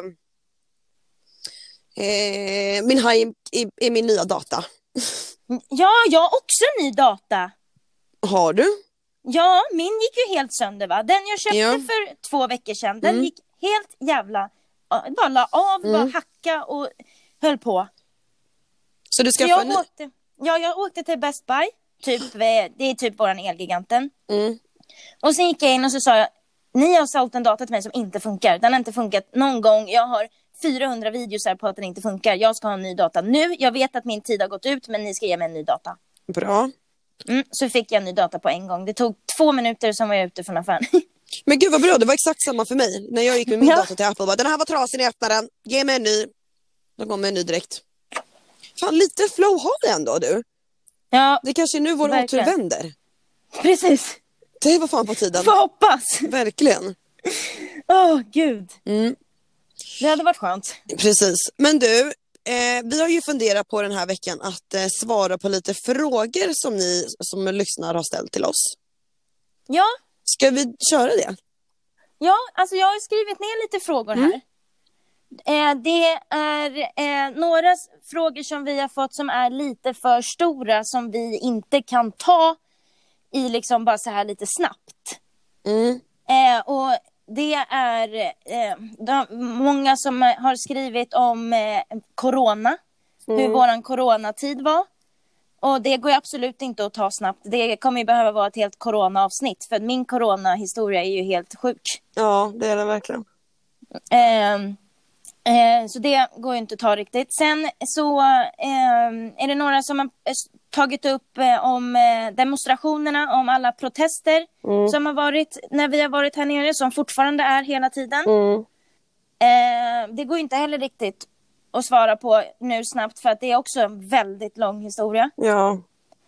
min haj är min nya data. Ja, jag har också en ny data. Har du? Ja, min gick ju helt sönder va. Den jag köpte för 2 veckor sedan, den gick helt jävla... Bara la av, bara hacka och höll på. Så du skaffade jag åkte till Best Buy Det är typ våran Elgiganten. Mm. Och sen gick jag in och så sa jag, ni har sålt en data till mig som inte funkar. Den har inte funkat någon gång. Jag har 400 videos här på att den inte funkar. Jag ska ha en ny data nu. Jag vet att min tid har gått ut, men ni ska ge mig en ny data. Bra. Så fick jag en ny data på en gång. Det tog 2 minuter, som var jag ute från affären. Men gud vad bra, det var exakt samma för mig. När jag gick med min dator till Apple, bara, den här var trasig, jag öppnade den. Ge mig en ny. Då kom en ny direkt. Fan, lite flow har vi ändå, du. Ja, det kanske är nu vår otur vänder. Precis. Det var fan på tiden. Får hoppas. Verkligen. Gud. Det hade varit skönt. Precis. Men du, vi har ju funderat på den här veckan att svara på lite frågor som ni som lyssnar har ställt till oss. Ja. Ska vi köra det? Ja, alltså jag har skrivit ner lite frågor här. Det är några frågor som vi har fått som är lite för stora, som vi inte kan ta i liksom bara så här lite snabbt. Och det är många som har skrivit om corona, hur våran coronatid var. Och det går ju absolut inte att ta snabbt. Det kommer ju behöva vara ett helt corona-avsnitt, för min corona-historia är ju helt sjuk. Ja, det är det verkligen. Så det går ju inte att ta riktigt. Sen så är det några som har tagit upp om demonstrationerna, om alla protester som har varit när vi har varit här nere, som fortfarande är hela tiden. Det går inte heller riktigt att svara på nu snabbt, för att det är också en väldigt lång historia. Ja.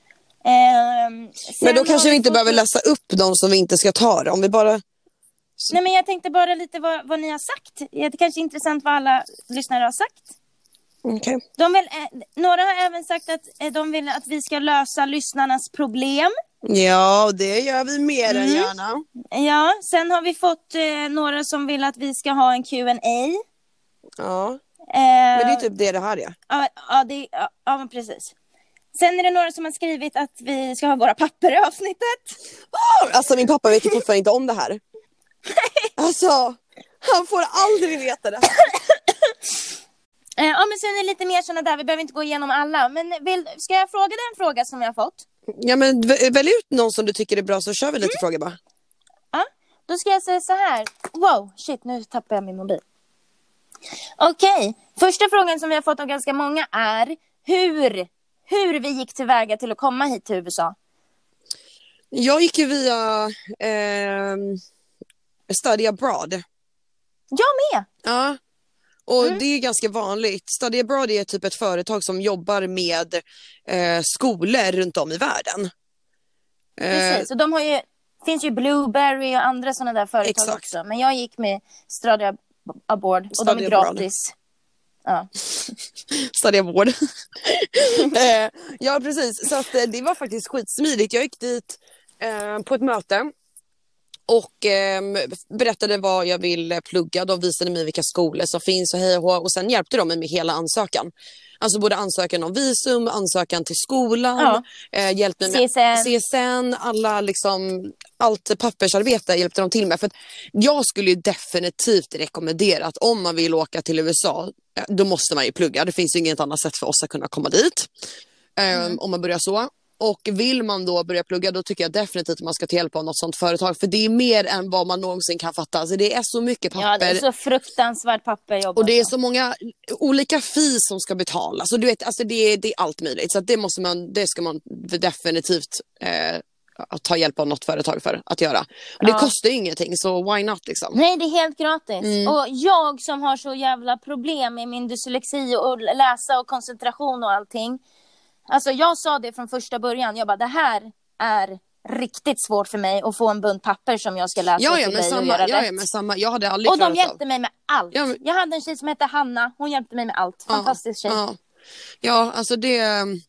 Men då kanske vi inte behöver läsa upp de som vi inte ska ta det, om vi bara... Nej, men jag tänkte bara lite vad ni har sagt. Det kanske är intressant vad alla lyssnare har sagt. Okay. Några har även sagt att de vill att vi ska lösa lyssnarnas problem. Ja, det gör vi mer än gärna. Ja, sen har vi fått några som vill att vi ska ha en Q&A. Ja, men det är typ det här är. Ja, men precis. Sen är det några som har skrivit att vi ska ha våra papper i avsnittet. Alltså min pappa vet ju fortfarande inte om det här. Alltså, han får aldrig veta det. Ja, men sen är det lite mer sådana där. Vi behöver inte gå igenom alla. Men ska jag fråga dig en fråga som jag har fått? Ja, men välj ut någon som du tycker är bra, så kör vi lite frågor bara. Ja, då ska jag säga så här. Wow, shit, nu tappar jag min mobil. Okej, första frågan som vi har fått av ganska många är hur vi gick tillväga till att komma hit till USA. Jag gick ju via study abroad. Jag med. Ja. Och det är ganska vanligt. Study abroad är typ ett företag som jobbar med skolor runt om i världen. Precis, och de har ju, finns ju Blueberry och andra sådana där företag. Exakt. Också. Men jag gick med study abroad och de är gratis. Ja. Study abroad. Ja, precis. Så att, det var faktiskt skitsmidigt. Jag gick dit på ett möte och berättade vad jag vill plugga. De visade mig vilka skolor som finns och hej och hå. Och sen hjälpte de mig med hela ansökan. Alltså både ansökan om visum, ansökan till skolan, hjälpte mig med CSN, alla liksom, allt pappersarbete hjälpte de till med. För att jag skulle ju definitivt rekommendera att om man vill åka till USA, då måste man ju plugga. Det finns ju inget annat sätt för oss att kunna komma dit om man börjar så. Och vill man då börja plugga, då tycker jag definitivt att man ska ta hjälp av något sånt företag. För det är mer än vad man någonsin kan fatta. Alltså det är så mycket papper. Ja, det är så fruktansvärt papperjobb. Och det är så många olika fees som ska betalas. Och du vet, alltså det är allt möjligt. Så att det ska man definitivt ta hjälp av något företag för att göra. Och det kostar ju ingenting, så why not liksom? Nej, det är helt gratis. Och jag som har så jävla problem med min dyslexi och läsa och koncentration och allting. Alltså jag sa det från första början. Jag bara, det här är riktigt svårt för mig att få en bunt papper som jag ska läsa till dig och göra rätt. Men samma. Jag hade aldrig och klarat de hjälpte mig med allt. Ja, men... Jag hade en tjej som hette Hanna. Hon hjälpte mig med allt. Fantastisk tjej. Ja, alltså det...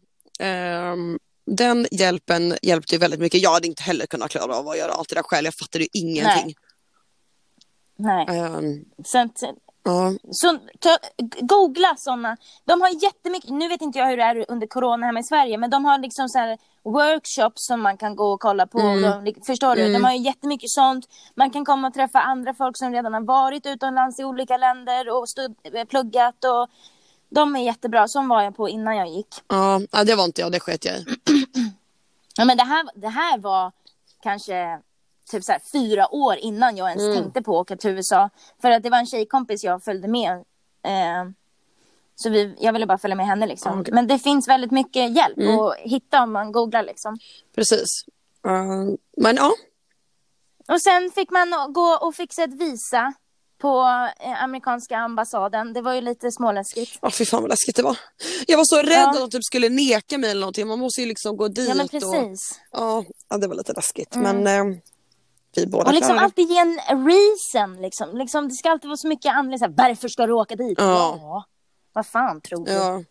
den hjälpen hjälpte väldigt mycket. Jag hade inte heller kunnat klara av att göra allt det där själv. Jag fattade ju ingenting. Nej. Så googla sådana. De har jättemycket. Nu vet inte jag hur det är under corona hemma i Sverige, men de har liksom så här workshops som man kan gå och kolla på. Förstår du? De har ju jättemycket sånt. Man kan komma och träffa andra folk som redan har varit utomlands i olika länder och pluggat, och de är jättebra. Som var jag på innan jag gick. Ja, det var inte jag, det sket jag i. Ja, men det här var kanske typ så här 4 år innan jag ens tänkte på att åka till USA. För att det var en tjejkompis jag följde med. Så jag ville bara följa med henne liksom. Okay. Men det finns väldigt mycket hjälp att hitta om man googlar liksom. Precis. Men ja. Och sen fick man gå och fixa ett visa på amerikanska ambassaden. Det var ju lite småläskigt. Fy fan vad läskigt det var. Jag var så rädd att de typ skulle neka mig eller någonting. Man måste ju liksom gå dit. Ja, men precis. Ja, det var lite läskigt. Men vi båda och liksom klarade. alltid ge en reason liksom. Det ska alltid vara så mycket anledning. Varför ska du åka dit? Ja. Vad fan tror du? Ja.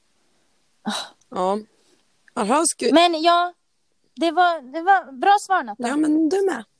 Ja. Aha, men ja, det var bra svar, Natta. Ja, men du med.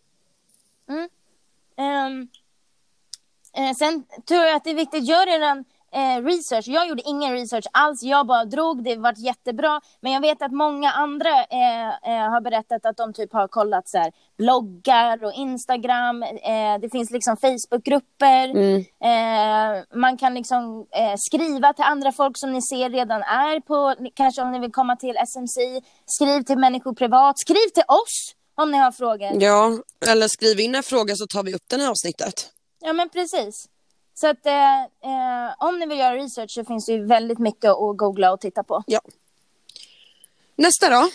Sen tror jag att det är viktigt. Gör redan research. Jag gjorde ingen research alls. Jag bara drog. Det varit jättebra. Men jag vet att många andra har berättat att de typ har kollat så här, bloggar och Instagram. Det finns liksom Facebookgrupper. Man kan liksom skriva till andra folk som ni ser redan är på. Kanske om ni vill komma till SMC. Skriv till människor privat. Skriv till oss om ni har frågor. Ja, eller skriv in en fråga så tar vi upp den i avsnittet. Ja, men precis. Så att om ni vill göra research så finns det ju väldigt mycket att googla och titta på. Ja. Nästa då?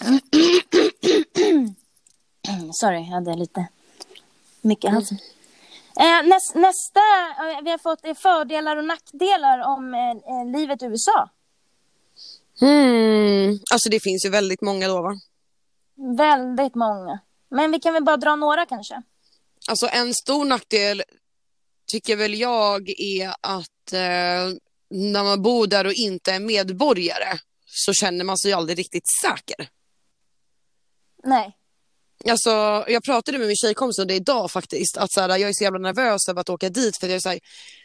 Sorry, jag hade lite mycket i halsen. Nästa, vi har fått fördelar och nackdelar om livet i USA. Alltså det finns ju väldigt många då, va? Väldigt många. Men vi kan väl bara dra några kanske. Alltså en stor nackdel tycker väl jag är att när man bor där och inte är medborgare så känner man sig aldrig riktigt säker. Nej. Alltså jag pratade med min tjejkompis om det idag faktiskt. Att så här, jag är så jävla nervös över att åka dit för jag är så här,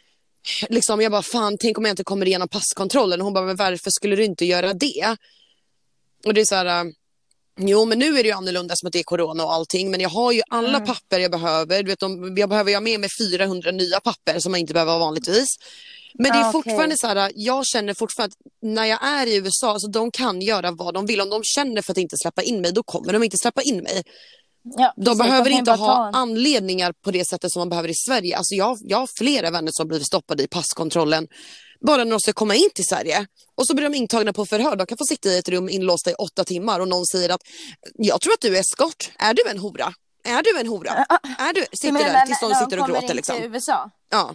liksom, jag bara fan, tänk om jag inte kommer igenom passkontrollen. Och hon bara, men varför skulle du inte göra det? Och det är så här, jo men nu är det ju annorlunda som att det är corona och allting. Men jag har ju alla papper jag behöver. Du vet, jag behöver ha med mig 400 nya papper som man inte behöver ha vanligtvis. Men det är fortfarande så här, jag känner fortfarande att när jag är i USA, alltså de kan göra vad de vill. Om de känner för att inte släppa in mig, då kommer de inte släppa in mig. Ja, de behöver inte ha anledningar på det sättet som man behöver i Sverige. Alltså jag har flera vänner som blivit stoppade i passkontrollen bara när de ska komma in till Sverige. Och så blir de intagna på förhör. De kan få sitta i ett rum inlåsta i 8 timmar och någon säger att jag tror att du är eskort. Är du en hora? Är du en hora? Är du? Sitter där tills de sitter och gråter liksom. Till USA? Ja.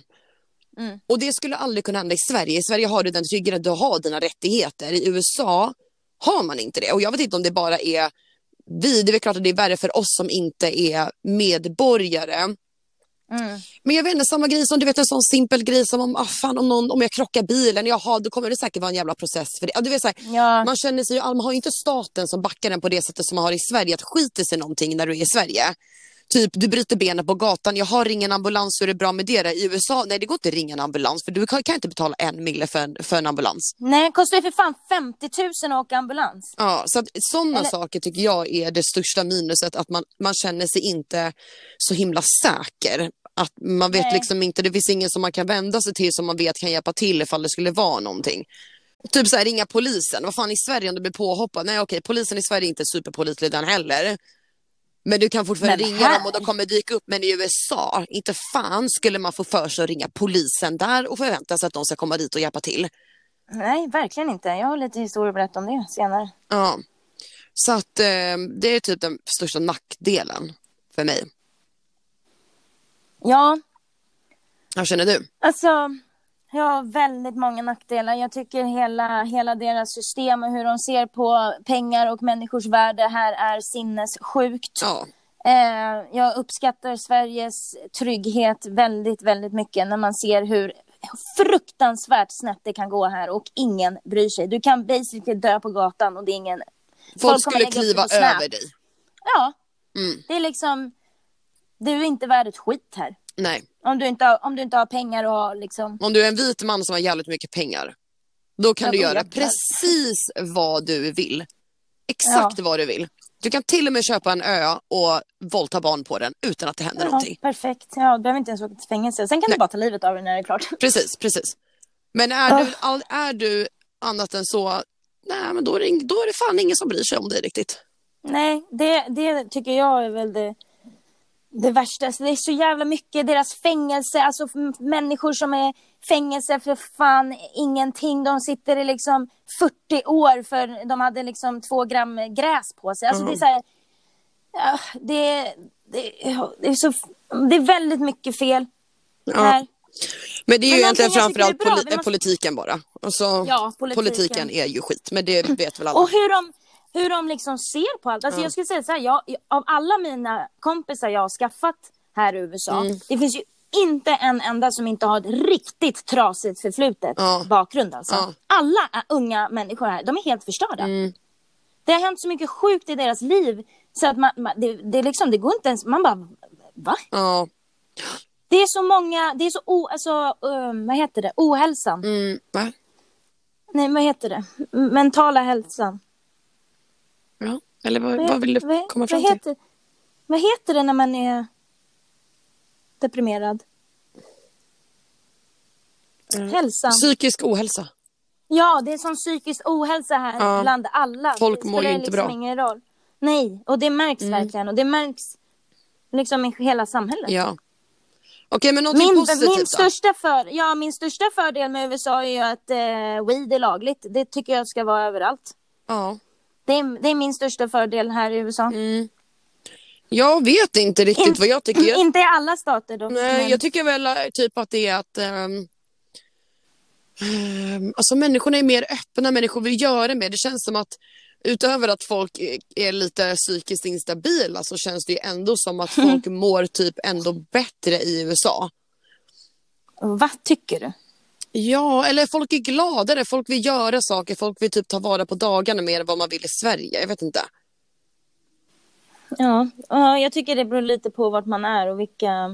Och det skulle aldrig kunna hända i Sverige. I Sverige har du den tryggheten, du har dina rättigheter. I USA har man inte det. Och jag vet inte om det bara är det är väl klart att det är värre för oss som inte är medborgare. Men jag vet inte, samma grej som du vet, en sån simpel grej som om jag krockar bilen, då kommer det säkert vara en jävla process för det. Ja, du vet, så här, man känner sig ju, man har ju inte staten som backar den på det sättet som man har i Sverige, att skiter sig någonting när du är i Sverige. Typ, du bryter benen på gatan, jag har ingen ambulans, så är det bra med det. I USA, nej det går inte att ringa en ambulans, för du kan inte betala 1 mille för en ambulans. Nej, det kostar ju för fan 50 000 att åka ambulans. Ja, så att sådana saker tycker jag är det största minuset, att man känner sig inte så himla säker. Att man vet liksom inte, det finns ingen som man kan vända sig till som man vet kan hjälpa till ifall det skulle vara någonting. Typ så här, ringa polisen. Vad fan, i Sverige om du blir påhoppad? Nej okej, polisen i Sverige är inte superpålitlig den heller. Men du kan fortfarande ringa dem och de kommer dyka upp. Men i USA, inte fan skulle man få för sig att ringa polisen där och förvänta sig att de ska komma dit och hjälpa till. Nej, verkligen inte. Jag har lite historia att berätta om det senare. Ja, så att det är typ den största nackdelen för mig. Ja. Vad känner du? Alltså, jag har väldigt många nackdelar. Jag tycker hela deras system och hur de ser på pengar och människors värde här är sinnessjukt. Ja. Jag uppskattar Sveriges trygghet väldigt, väldigt mycket när man ser hur fruktansvärt snett det kan gå här och ingen bryr sig. Du kan basically dö på gatan och det är ingen... Folk skulle kliva över dig. Ja, det är liksom... Du är inte värd ett skit här. Nej. Om du inte har pengar och liksom... Om du är en vit man som har jävligt mycket pengar, då kan du göra precis vad du vill. Exakt vad du vill. Du kan till och med köpa en ö och våldta barn på den utan att det händer någonting. Perfekt. Ja, du behöver inte ens åka till fängelse. Sen kan du bara ta livet av dig när det är klart. Precis. Men är du annat än så, nej men då är det fan ingen som bryr sig om dig riktigt. Nej, det tycker jag är väl det värsta. Alltså, det är så jävla mycket. Deras fängelse, alltså människor som är fängelse för fan ingenting. De sitter i liksom 40 år för de hade liksom 2 gram gräs på sig. Alltså det är så här, ja, det är så, det är väldigt mycket fel här. Men det är ju egentligen jag tycker framförallt det är bra. politiken bara. Alltså, Ja, politiken är ju skit, men det vet väl alla. Och hur de liksom ser på allt. Alltså jag skulle säga så här, av alla mina kompisar jag har skaffat här i USA, det finns ju inte en enda som inte har ett riktigt trasigt förflutet bakgrund alltså. Alla unga människor här, de är helt förstörda. Det har hänt så mycket sjukt i deras liv så att det liksom, det går inte ens, man bara, va? Ja. Det är så många, det är så vad heter det? Ohälsan. Va? Nej, vad heter det? Mentala hälsan. Ja, eller vad vill du komma fram till? Vad heter det när man är deprimerad? Hälsan. Psykisk ohälsa. Ja, det är som psykisk ohälsa här bland alla. Folk mår ju inte liksom bra. Ingen roll. Nej, och det märks verkligen. Och det märks liksom i hela samhället. Ja. Okej, men någonting positivt min största fördel med USA är ju att weed är lagligt. Det tycker jag ska vara överallt. Ja. Det är min största fördel här i USA. Jag vet inte riktigt vad jag tycker. Inte i alla stater då. Nej, jag tycker väl typ att det är att alltså människorna är mer öppna, människor vill göra mer. Det känns som att utöver att folk är lite psykiskt instabila så känns det ju ändå som att folk mår typ ändå bättre i USA. Vad tycker du? Ja, eller folk är gladare, folk vill göra saker, folk vill typ ta vara på dagarna mer än vad man vill i Sverige, jag vet inte. Ja, jag tycker det beror lite på vart man är och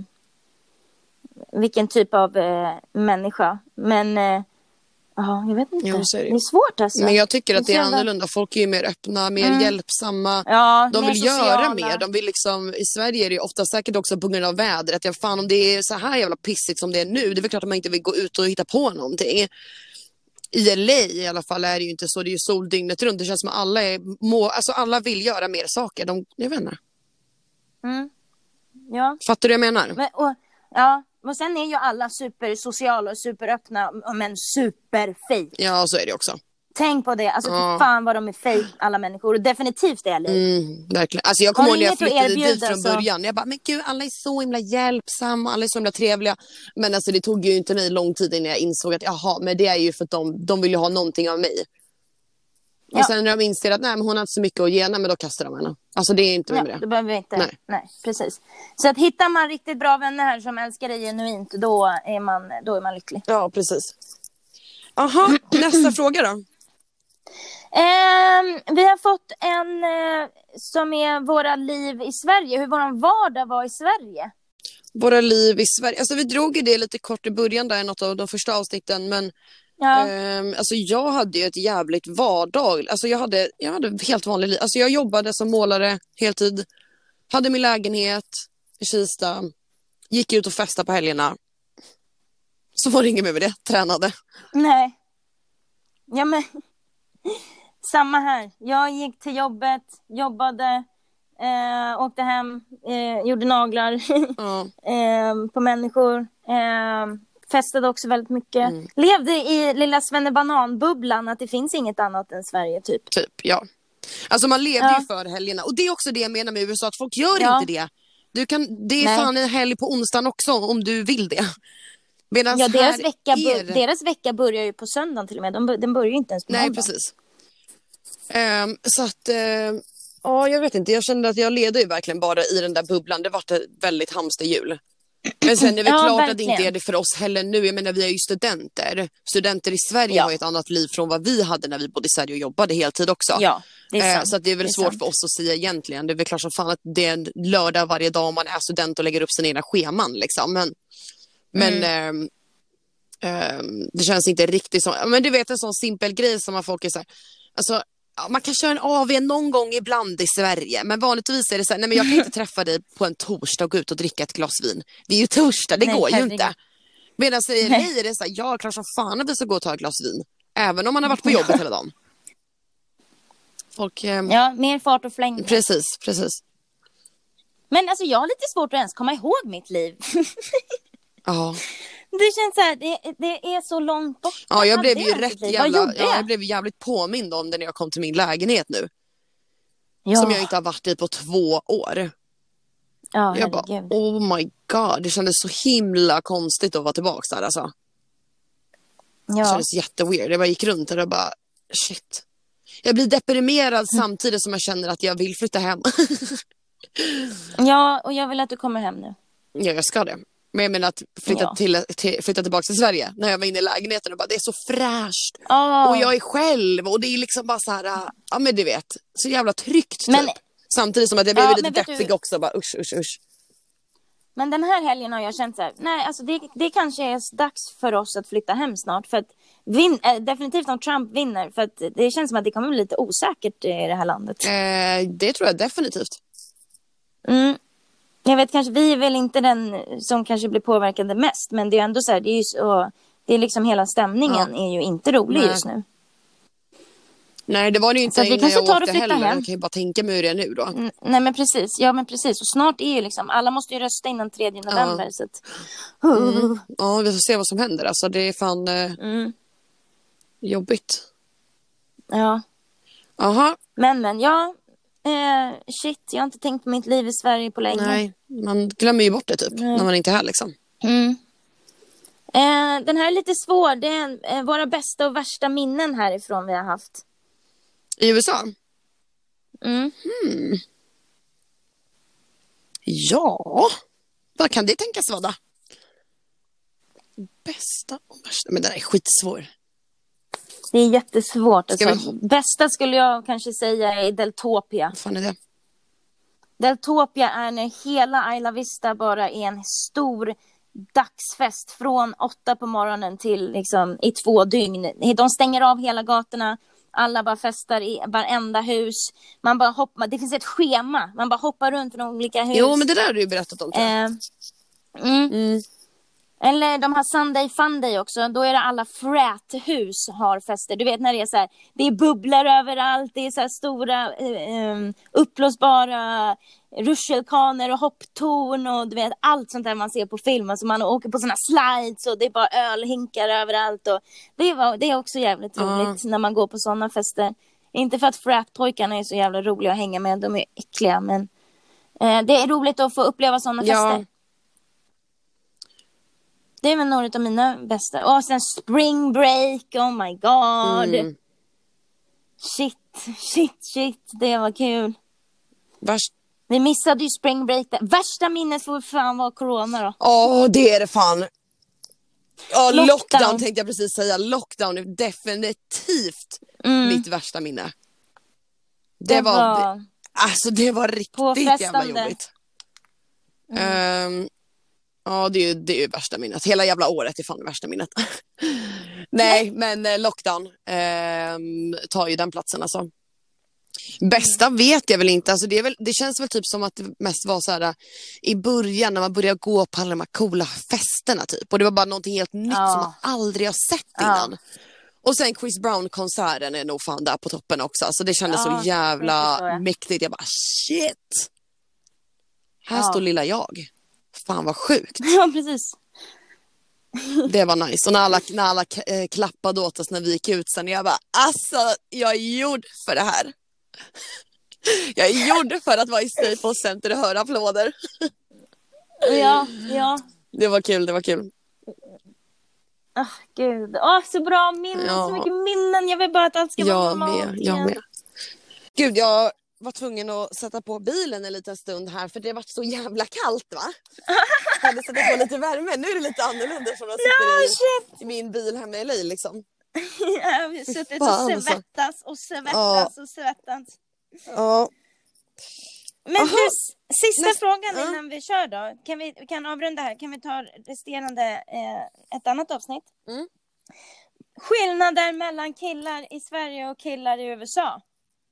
vilken typ av människa. Men jag vet inte. Jo, det är svårt alltså. Men jag tycker att det är annorlunda. Folk är ju mer öppna, mer hjälpsamma. Ja, de vill sociala. Göra mer. De vill liksom, i Sverige är det ofta säkert också på grund av vädret. Ja, fan, om det är så här jävla pissigt som det är nu, det är väl klart att man inte vill gå ut och hitta på någonting. I LA i alla fall är det ju inte så. Det är ju sol dygnet runt. Det känns som att alla vill göra mer saker. Jag vet inte. Ja. Fattar du vad jag menar? Och sen är ju alla supersociala och superöppna, men superfejk. Ja, så är det också. Tänk på det, alltså för fan vad de är fake alla människor. Och definitivt är LA. Verkligen. Alltså jag kommer ihåg när jag flyttade dit från så... början. Jag bara, men gud, alla är så himla hjälpsamma, alla är så himla trevliga. Men alltså det tog ju inte mig lång tid innan jag insåg att men det är ju för att de vill ju ha någonting av mig. Och sen när de inser att nej, men hon har inte så mycket att ge, men då kastar de henne. Alltså det är inte med det. Då behöver vi inte. Nej, precis. Så att hittar man riktigt bra vänner här som älskar dig genuint, då är man lycklig. Ja, precis. Aha, nästa fråga då. Vi har fått en som är våra liv i Sverige. Hur vår vardag var i Sverige. Våra liv i Sverige. Alltså vi drog ju det lite kort i början där, något av de första avsnitten. Men alltså jag hade ju ett jävligt vardag. Alltså jag hade helt vanligt liv. Alltså jag jobbade som målare heltid. Hade min lägenhet i Kista. Gick ut och festade på helgerna. Så var det inget med det. Tränade. Nej. Ja men... Samma här. Jag gick till jobbet, jobbade, åkte hem, gjorde naglar på människor. Festade också väldigt mycket. Levde i lilla Svennebanan-bubblan, att det finns inget annat än Sverige typ. Ja. Alltså man levde ju för helgerna. Och det är också det jag menar med USA, att folk gör inte det. Det är fan en helg på onsdagen också om du vill det. Deras vecka börjar ju på söndagen till och med. Den börjar ju inte ens på måndag. Nej, precis. Så att jag vet inte, jag kände att jag levde ju verkligen bara i den där bubblan. Det var ett väldigt hamsterhjul. Men sen är det klart verkligen. Att det inte är det för oss heller nu. Jag menar, vi är ju studenter i Sverige har ju ett annat liv från vad vi hade när vi bodde i Sverige och jobbade heltid också. Ja, det är sant. Så att det är väl svårt för oss att säga egentligen. Det är väl klart som fan att det är en lördag varje dag om man är student och lägger upp sina egna scheman liksom. Men det känns inte riktigt som, men du vet en sån simpel grej som man folk är så här, alltså man kan köra en AV någon gång ibland i Sverige, men vanligtvis är det så här, nej men jag kan inte träffa dig på en torsdag och gå ut och dricka ett glas vin. Det är ju torsdag, det går ju inte. Medan i LA är det så här, ja klart som fan att vi ska gå och ta ett glas vin, även om man har varit på jobbet hela dagen. Folk... Ja, mer fart och fläng. Precis. Men alltså jag har lite svårt att ens komma ihåg mitt liv. Ja. Det känns så här, det är så långt bort. Ja, jag blev ju Hade rätt liv? jävla... Vad gjorde jag blev jävligt påmind om det när jag kom till min lägenhet nu. Som jag inte har varit i på 2 år. Ja, Jag bara, herregud. oh my god. Det kändes så himla konstigt att vara tillbaka där alltså. Det Ja. kändes jätteweird. Jag bara gick runt och bara, shit. Jag blir deprimerad samtidigt som jag känner att jag vill flytta hem. Ja, och jag vill att du kommer hem nu. Ja, jag ska det. Men jag menar att flytta tillbaka till Sverige. När jag var inne i lägenheten och bara, det är så fräscht. Och jag är själv. Och det är liksom bara så här, ja men du vet. Så jävla tryggt typ. Samtidigt som att jag blev lite deppig också. Bara usch. Men den här helgen har jag känt så här, nej alltså det kanske är dags för oss att flytta hem snart. För att definitivt om Trump vinner. För att det känns som att det kommer bli lite osäkert i det här landet. Det tror jag definitivt. Jag vet kanske, vi är väl inte den som kanske blir påverkade mest. Men det är ändå så här, det är ju så, det är liksom hela stämningen är ju inte rolig just nu. Nej, det var det ju inte innan jag åkte heller. Hem. Jag kan ju bara tänka mig hur det är nu då. Nej men precis, och snart är ju liksom, alla måste ju rösta innan 3 november. Så att... Ja, vi får se vad som händer. Alltså det är fan jobbigt. Ja. Aha. Men ja, shit, jag har inte tänkt på mitt liv i Sverige på länge. Nej, man glömmer ju bort det typ när man inte är här liksom. Den här är lite svår. Det är våra bästa och värsta minnen härifrån vi har haft. I USA? Ja, vad kan det tänkas vara då? Bästa och värsta. Men den är skitsvår. Det är jättesvårt. Alltså. Bästa skulle jag kanske säga är Deltopia. Vad fan är det? Deltopia är när hela Isla Vista bara är en stor dagsfest från 8 på morgonen till liksom i 2 dygn. De stänger av hela gatorna. Alla bara festar i varenda hus. Man bara hoppar. Det finns ett schema. Man bara hoppar runt från olika hus. Jo, men det där har du ju berättat om. Eller de har Sunday Funday också. Då är det alla fräthus har fester. Du vet när det är så här, det är bubblor överallt. Det är så här stora uppblåsbara rutschkanor och hopptorn och du vet allt sånt där man ser på film. Alltså man åker på såna slides och det är bara ölhinkar överallt. Och det är också jävligt roligt när man går på såna fester. Inte för att frätpojkarna är så jävla roliga att hänga med. De är äckliga, men det är roligt att få uppleva såna fester. Det är väl några av mina bästa. Och sen Spring Break, oh my god. Shit, det var kul. Vi missade ju Spring Break där. Värsta minnet får fan vara corona då. Det är det fan. Lockdown tänkte jag precis säga. Lockdown är definitivt mitt värsta minne. Det var riktigt jävla jobbigt. Ja, det är ju värsta minnet. Hela jävla året är fan det värsta minnet. Nej, men lockdown tar ju den platsen alltså. Bästa vet jag väl inte. Alltså det känns väl typ som att det mest var så här i början när man började gå på alla de här coola festerna typ. Och det var bara någonting helt nytt som man aldrig har sett innan. Och sen Chris Brown-konserten är nog fan där på toppen också. Alltså det kändes så jävla mäktigt. Jag bara shit. Här står lilla jag. Fan vad sjukt. Ja, precis. Det var nice. Och när alla klappade åt oss när vi gick ut sen. Jag bara, alltså jag är gjord för det här. Jag är gjord för att vara i Staples Center och höra applåder. Ja. Det var kul. Gud. Så bra minnen, så mycket minnen. Jag vill bara att allt ska vara normalt. Jag med. Gud, jag var tvungen att sätta på bilen en liten stund här för det var så jävla kallt va? Jag hade satt på lite värme. Nu är det lite annorlunda från att sitta i min bil hemma i LA liksom. Jag har suttit och svettas och svettats. Ja. Men du, sista frågan innan vi kör då. Vi kan avrunda här. Kan vi ta resterande ett annat avsnitt? Skillnader mellan killar i Sverige och killar i USA.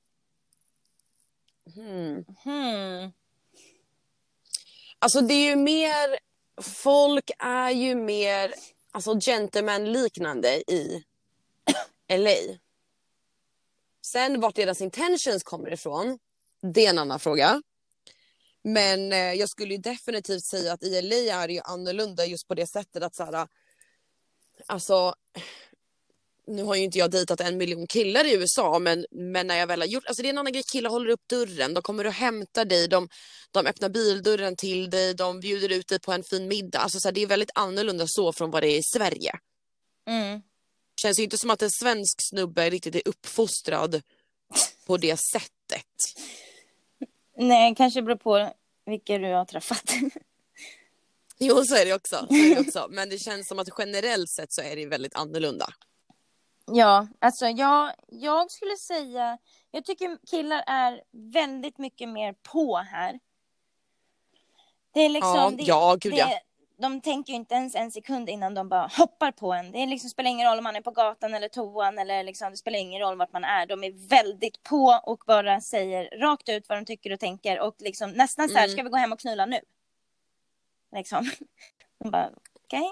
Alltså det är ju mer, folk är ju mer alltså gentleman liknande i LA. Sen vart deras intentions kommer ifrån, det är en annan fråga. Men jag skulle ju definitivt säga att i LA är det ju annorlunda just på det sättet att så här, alltså nu har ju inte jag dejtat 1 miljon killar i USA, men när jag väl har gjort, alltså det är en annan grej, killar håller upp dörren, de kommer och hämtar dig, de öppnar bildörren till dig, de bjuder ut dig på en fin middag, alltså så här, det är väldigt annorlunda så från vad det är i Sverige. Känns ju inte som att en svensk snubbe riktigt är uppfostrad på det sättet. Nej, kanske beror på vilka du har träffat. Jo, så är det också. Men det känns som att generellt sett så är det väldigt annorlunda. Ja, alltså jag skulle säga, jag tycker killar är väldigt mycket mer på här. Det är liksom, de tänker ju inte ens en sekund innan de bara hoppar på en. Det är liksom, spelar ingen roll om man är på gatan eller toan eller liksom, det spelar ingen roll vart man är. De är väldigt på och bara säger rakt ut vad de tycker och tänker och liksom nästan så här, ska vi gå hem och knulla nu? Liksom. De bara, okej.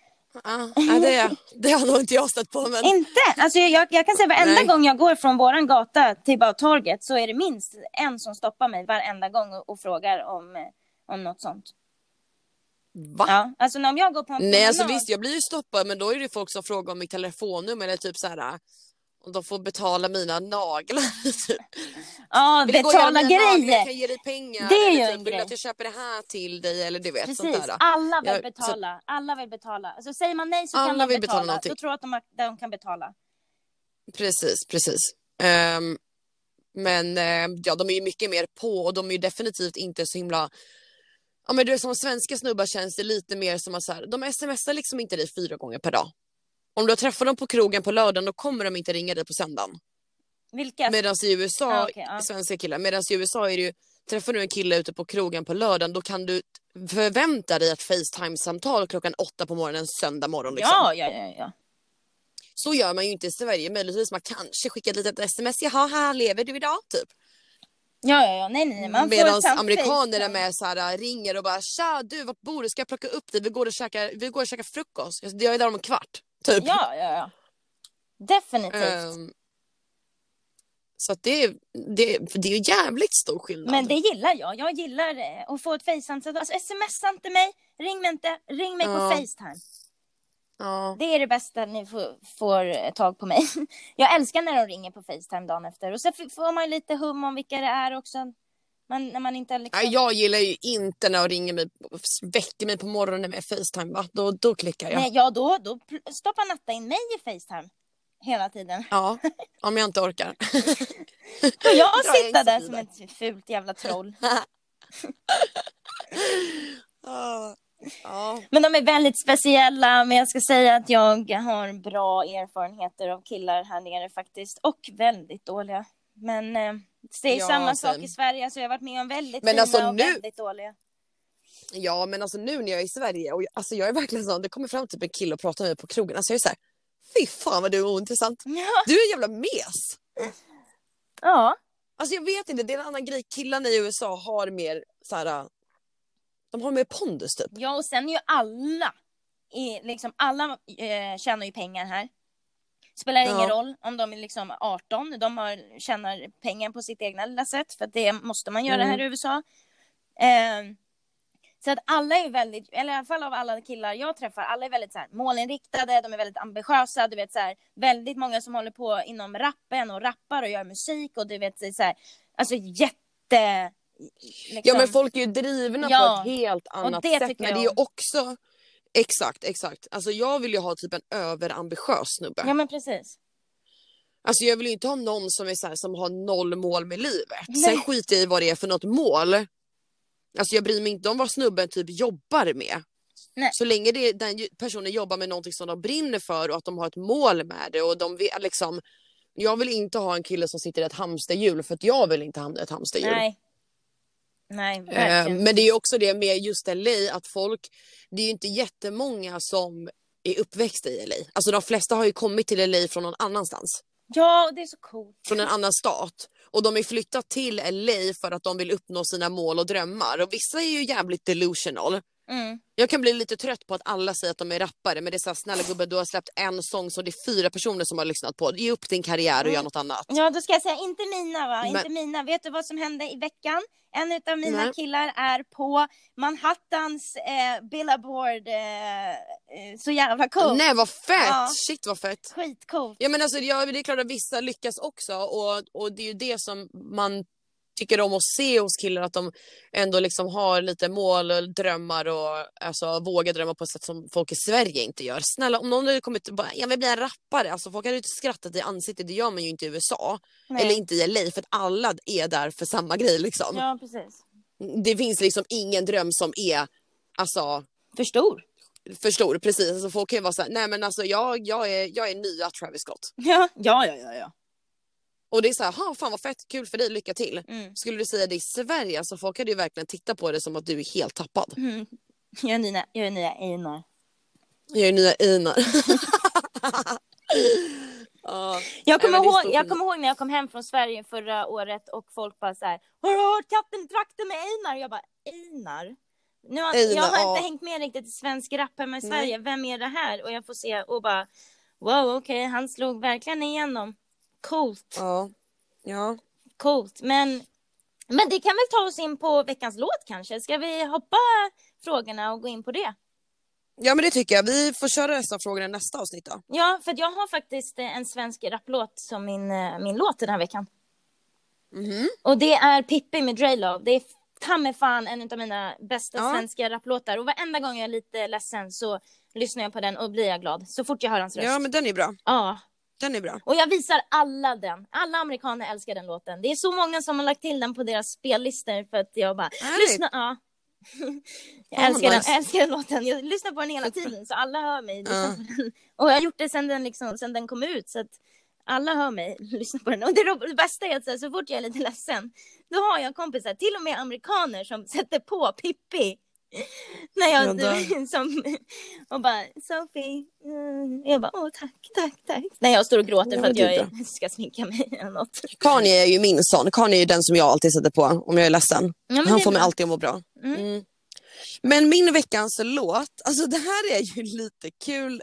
Det har nog inte jag stött på. Men... Inte? Alltså jag kan säga varenda gång jag går från våran gata till bara torget så är det minst en som stoppar mig varenda gång och frågar om något sånt. Va? Ja, alltså när jag går på en Nej, alltså visst, jag blir ju stoppad, men då är det folk som frågar om mitt telefonnummer eller typ så här om de får betala mina naglar typ. Ja, betala grejer. Jag kan ge dig pengar. Det är ju eller en typ, vill grej. att jag köper det här till dig eller du vet. Precis, sånt där. alla vill betala. Alla vill betala. Alltså säger man nej så kan de betala. Då tror jag att de kan betala. Precis. Men ja, de är ju mycket mer på och de är ju definitivt inte så himla... Ja, men du är som svenska snubbar känns det lite mer som att så här, de smsar liksom inte dig 4 gånger per dag. Om du träffar dem på krogen på lördagen, då kommer de inte ringa dig på söndagen. Vilka? Medan i USA, svenska killar, medan i USA är det ju, träffar du en kille ute på krogen på lördagen, då kan du förvänta dig ett FaceTime-samtal 8:00 på morgonen söndag morgon. Liksom. Ja. Så gör man ju inte i Sverige, möjligtvis man kanske skickar ett litet sms, jaha, här lever du idag, typ. Ja, nej. Medan amerikaner är med så här, ringer och bara, tja du, vart bor du? Ska jag plocka upp dig? Vi går och käkar frukost. Jag är där om en kvart, typ. Ja. Definitivt. Så att det är ju jävligt stor skillnad. Men det gillar jag. Jag gillar att få ett FaceTime. Alltså smsa inte mig. Ring mig inte. Ring mig på FaceTime. Ja. Det är det bästa ni får tag på mig. Jag älskar när de ringer på FaceTime dagen efter. Och så får man lite hum om vilka det är också. När man inte liksom... Nej, jag gillar ju inte när de ringer mig, väcker mig på morgonen med FaceTime, va? Då klickar jag. Nej, då stoppar Natta in mig i FaceTime hela tiden. Ja, om jag inte orkar. Jag sitter där som ett fult jävla troll. Ja. Men de är väldigt speciella. Men jag ska säga att jag har bra erfarenheter av killar här nere faktiskt. Och väldigt dåliga. Men det är samma sak i Sverige. Så jag har varit med om väldigt fina och väldigt dåliga. Ja, men alltså nu när jag är i Sverige och jag är verkligen så, det kommer fram typ en kille och pratar med mig på krogen. Alltså jag är så här, fy fan vad du är ointressant. Ja. Du är en jävla mes. Ja. Alltså jag vet inte, det är en annan grej. Killarna i USA har mer så här, de har mer pondus typ. Ja, och sen är ju alla tjänar ju pengar här. Spelar ingen roll om de är liksom 18. De tjänar pengar på sitt egna lilla sätt. För att det måste man göra här i USA. Så att alla är väldigt, eller i alla fall av alla killar jag träffar, alla är väldigt så här målinriktade, de är väldigt ambitiösa, du vet så här, väldigt många som håller på inom rappen och rappar och gör musik och du vet så här, alltså jätte liksom... Ja, men folk är ju drivna på ett helt annat sätt, men det är ju också exakt. Alltså jag vill ju ha typ en överambitiös snubbe. Ja, men precis. Alltså jag vill ju inte ha någon som är så här, som har 0 mål med livet. Nej. Sen skiter jag i vad det är för något mål. Alltså jag bryr mig inte om vad snubben typ jobbar med. Nej. Så länge den personen jobbar med någonting som de brinner för och att de har ett mål med det och de vet liksom, jag vill inte ha en kille som sitter i ett hamsterhjul för att jag vill inte hamna i ett hamsterhjul. Nej, verkligen. Men det är ju också det med just LA att det är ju inte jättemånga som är uppväxta i LA. Alltså de flesta har ju kommit till LA från någon annanstans. Ja, det är så coolt. Från en annan stat. Och de är flyttat till LA för att de vill uppnå sina mål och drömmar. Och vissa är ju jävligt delusional. Jag kan bli lite trött på att alla säger att de är rappare. Men det är så här, snälla gubbe, du har släppt en sång som det är 4 personer som har lyssnat på. Ge upp din karriär och gör något annat. Ja, då ska jag säga, inte mina va? Inte mina. Vet du vad som hände i veckan? En av mina killar är på Manhattans Billboard. Så jävla coolt. Nej, vad fett! Ja. Shit, vad fett. Skitcoolt. Ja, men alltså, det är klart att vissa lyckas också. Och det är ju det som man tycker om att se hos killar, att de ändå liksom har lite mål och drömmar och alltså vågar drömma på ett sätt som folk i Sverige inte gör. Snälla, om någon hade kommit och bara, jag vill bli en rappare, alltså folk hade ju inte skrattat i ansiktet. Det gör man ju inte i USA. Nej. Eller inte i LA, för att alla är där för samma grej liksom. Ja, precis. Det finns liksom ingen dröm som är alltså för stor, precis. Alltså folk kan ju vara så här, nej men alltså jag är nya Travis Scott. Ja. Och det är så här, fan vad fett, kul för dig, lycka till. Skulle du säga det i Sverige, så folk hade ju verkligen tittat på det som att du är helt tappad. Jag är nya Einar. Jag är nya Einar. Jag kommer ihåg när jag kom hem från Sverige förra året och folk bara så här, har du hört katten trakten med Einar? Jag bara, Einar? Jag har inte hängt med riktigt i svensk rap hemma i Sverige. Vem är det här? Och jag får se och bara, wow, okej, han slog verkligen igenom. Coolt. Ja. Coolt. Men det kan väl ta oss in på veckans låt kanske. Ska vi hoppa frågorna och gå in på det? Ja, men det tycker jag. Vi får köra resten av frågorna i nästa avsnitt då. Ja, för jag har faktiskt en svensk rapplåt som min låt den här veckan. Och det är Pippi med Dre Love. Det är ta mig fan en av mina bästa svenska rapplåtar. Och varenda gång jag är lite ledsen så lyssnar jag på den och blir jag glad. Så fort jag hör hans röst. Ja, men den är bra. Ja. Den är bra. Och jag visar alla den. Alla amerikaner älskar den låten. Det är så många som har lagt till den på deras spellistor för att jag bara lyssna. Ja. Jag älskar den låten. Jag lyssnar på den hela tiden så alla hör mig. Och jag har gjort det sen den kom ut så att alla hör mig lyssna på den. Och det bästa är att så fort jag är lite ledsen då har jag kompisar, till och med amerikaner, som sätter på Pippi. När jag och bara Sophie, jag bara tack. När jag står och gråter för att jag ska sminka mig eller något. Kanye är ju min son. Kanye är ju den som jag alltid sätter på om jag är ledsen. Han får mig alltid att må bra. Men min veckans låt, alltså det här är ju lite kul.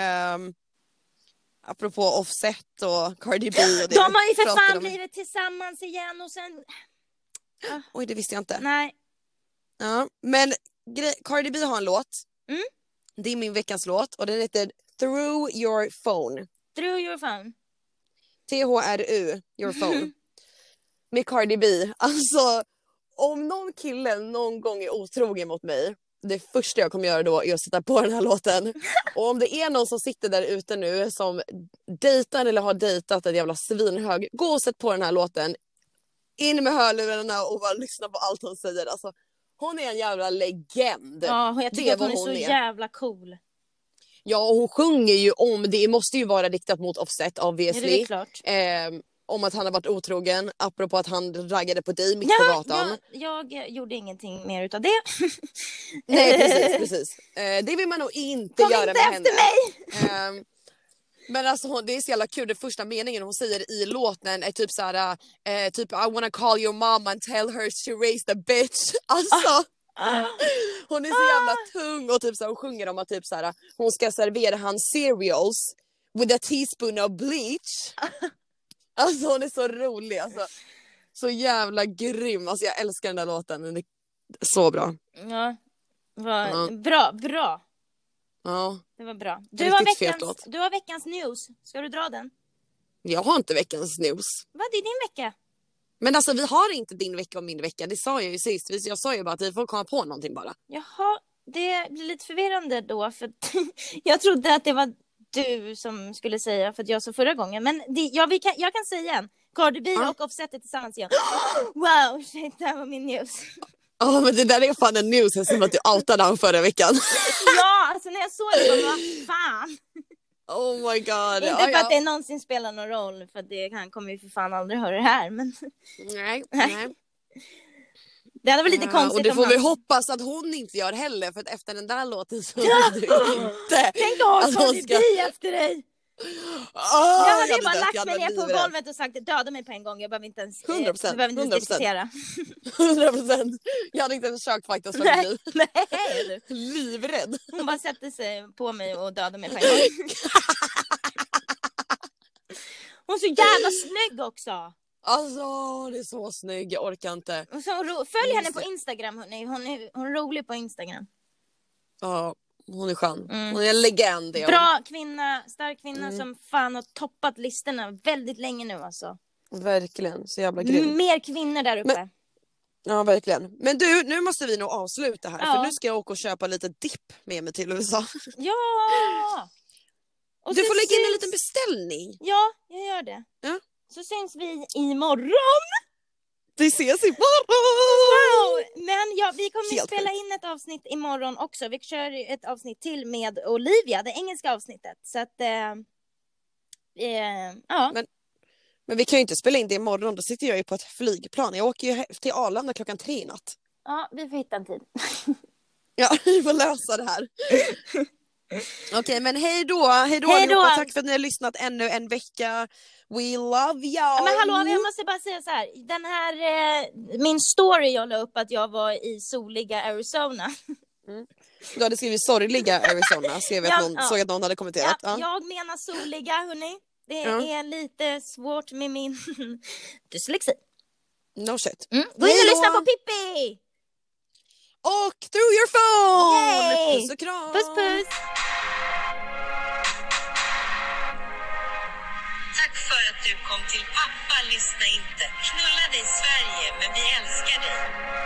Apropå Offset och Cardi B och det. De har ju för fan blivit tillsammans igen och sen Oj, det visste jag inte. Nej. Ja, men Cardi B har en låt. Det är min veckans låt och den heter Through Your Phone. Through Your Phone. THRU, Your Phone. Med Cardi B. Alltså, om någon kille någon gång är otrogen mot mig, det första jag kommer göra då är att sätta på den här låten. Och om det är någon som sitter där ute nu som dejtar eller har dejtat ett jävla svinhög, gå och sätt på den här låten. In med hörlurarna och bara lyssna på allt hon säger. Alltså, hon är en jävla legend. Ja, jag tycker att hon är så jävla cool. Ja, och hon sjunger ju om, det måste ju vara riktat mot Offset, obviously. Ja, det är klart. Om att han har varit otrogen, apropå att han raggade på dig mitt på gatan. Jag gjorde ingenting mer utav det. Nej, precis. Det vill man nog inte göra med henne. Kom inte efter mig! Men alltså det är så jävla kul. Den första meningen hon säger i låten är typ såhär typ I wanna call your mom and tell her to raise the bitch. Alltså hon är så jävla tung. Och typ så hon sjunger om att typ såhär hon ska servera hans cereals with a teaspoon of bleach. Alltså hon är så rolig alltså. Så jävla grym. Alltså jag älskar den där låten. Den är så bra. Ja, bra. Ja. Det var bra. Du har veckans news. Ska du dra den? Jag har inte veckans news. Vad är din vecka? Men alltså vi har inte din vecka och min vecka. Det sa jag ju sist. Jag sa ju bara att vi får komma på någonting bara. Jaha, det blir lite förvirrande då. För jag trodde att det var du som skulle säga. För att jag sa förra gången. Men jag kan säga igen. Cardi B och Offset tillsammans igen. Wow, shit, det här var min news. Ja, men det där är fan en news som att du outade han förra veckan. Ja, alltså när jag såg det var vad fan. Oh my god. Inte för att det någonsin spelar någon roll. För han kommer ju för fan aldrig höra det här. Men Nej. Det hade varit lite konstigt. Och det får vi hoppas att hon inte gör heller. För att efter den där låten så vill du inte. Tänk att ha Cardi B efter dig. Jag hade ju bara lagt mig ner på golvet och sagt döda mig på en gång. Jag behöver inte ens, 100%, diskutera. 100%. Jag hade inte ens försökt faktiskt för mitt liv. Nej. Livrädd. Hon bara sätter sig på mig och dödar mig på en gång. Hon är så jävla snygg också. Alltså, det är så snygg. Jag orkar inte. Och så följ henne på Instagram. Hon är rolig på Instagram. Ja, hon är skön. Hon är en legend. Bra kvinna, stark kvinna som fan har toppat listorna väldigt länge nu alltså. Verkligen, så jävla grym. Mer kvinnor där uppe. Men, ja, verkligen. Men du, nu måste vi nog avsluta här. För nu ska jag åka och köpa lite dipp med mig till USA. Ja! Och du får lägga in en liten beställning. Ja, jag gör det. Ja. Så syns vi imorgon. Vi ses imorgon! Wow! Men vi kommer att spela in ett avsnitt imorgon också. Vi kör ett avsnitt till med Olivia, det engelska avsnittet. Så att, ja. Men vi kan ju inte spela in det imorgon. Då sitter jag ju på ett flygplan. Jag åker ju till Arlanda 3:00 i natt. Ja, vi får hitta en tid. Ja, vi får lösa det här. Okej, men hej då allihopa. Tack för att ni har lyssnat ännu en vecka. We love you. Ja, men hallå, jag måste bara säga så här. Den här, min story jag la upp att jag var i soliga Arizona. Du hade skrivit sorgliga Arizona. Såg att någon hade kommenterat. Ja, jag menar soliga, hörni. Det är lite svårt med min dyslexi. No shit. Gå in och lyssna på Pippi. Och through your phone. Yay. Puss och kram. Puss, puss. Tack för att du kom till Pappa lyssna inte. Knulla dig Sverige, men vi älskar dig.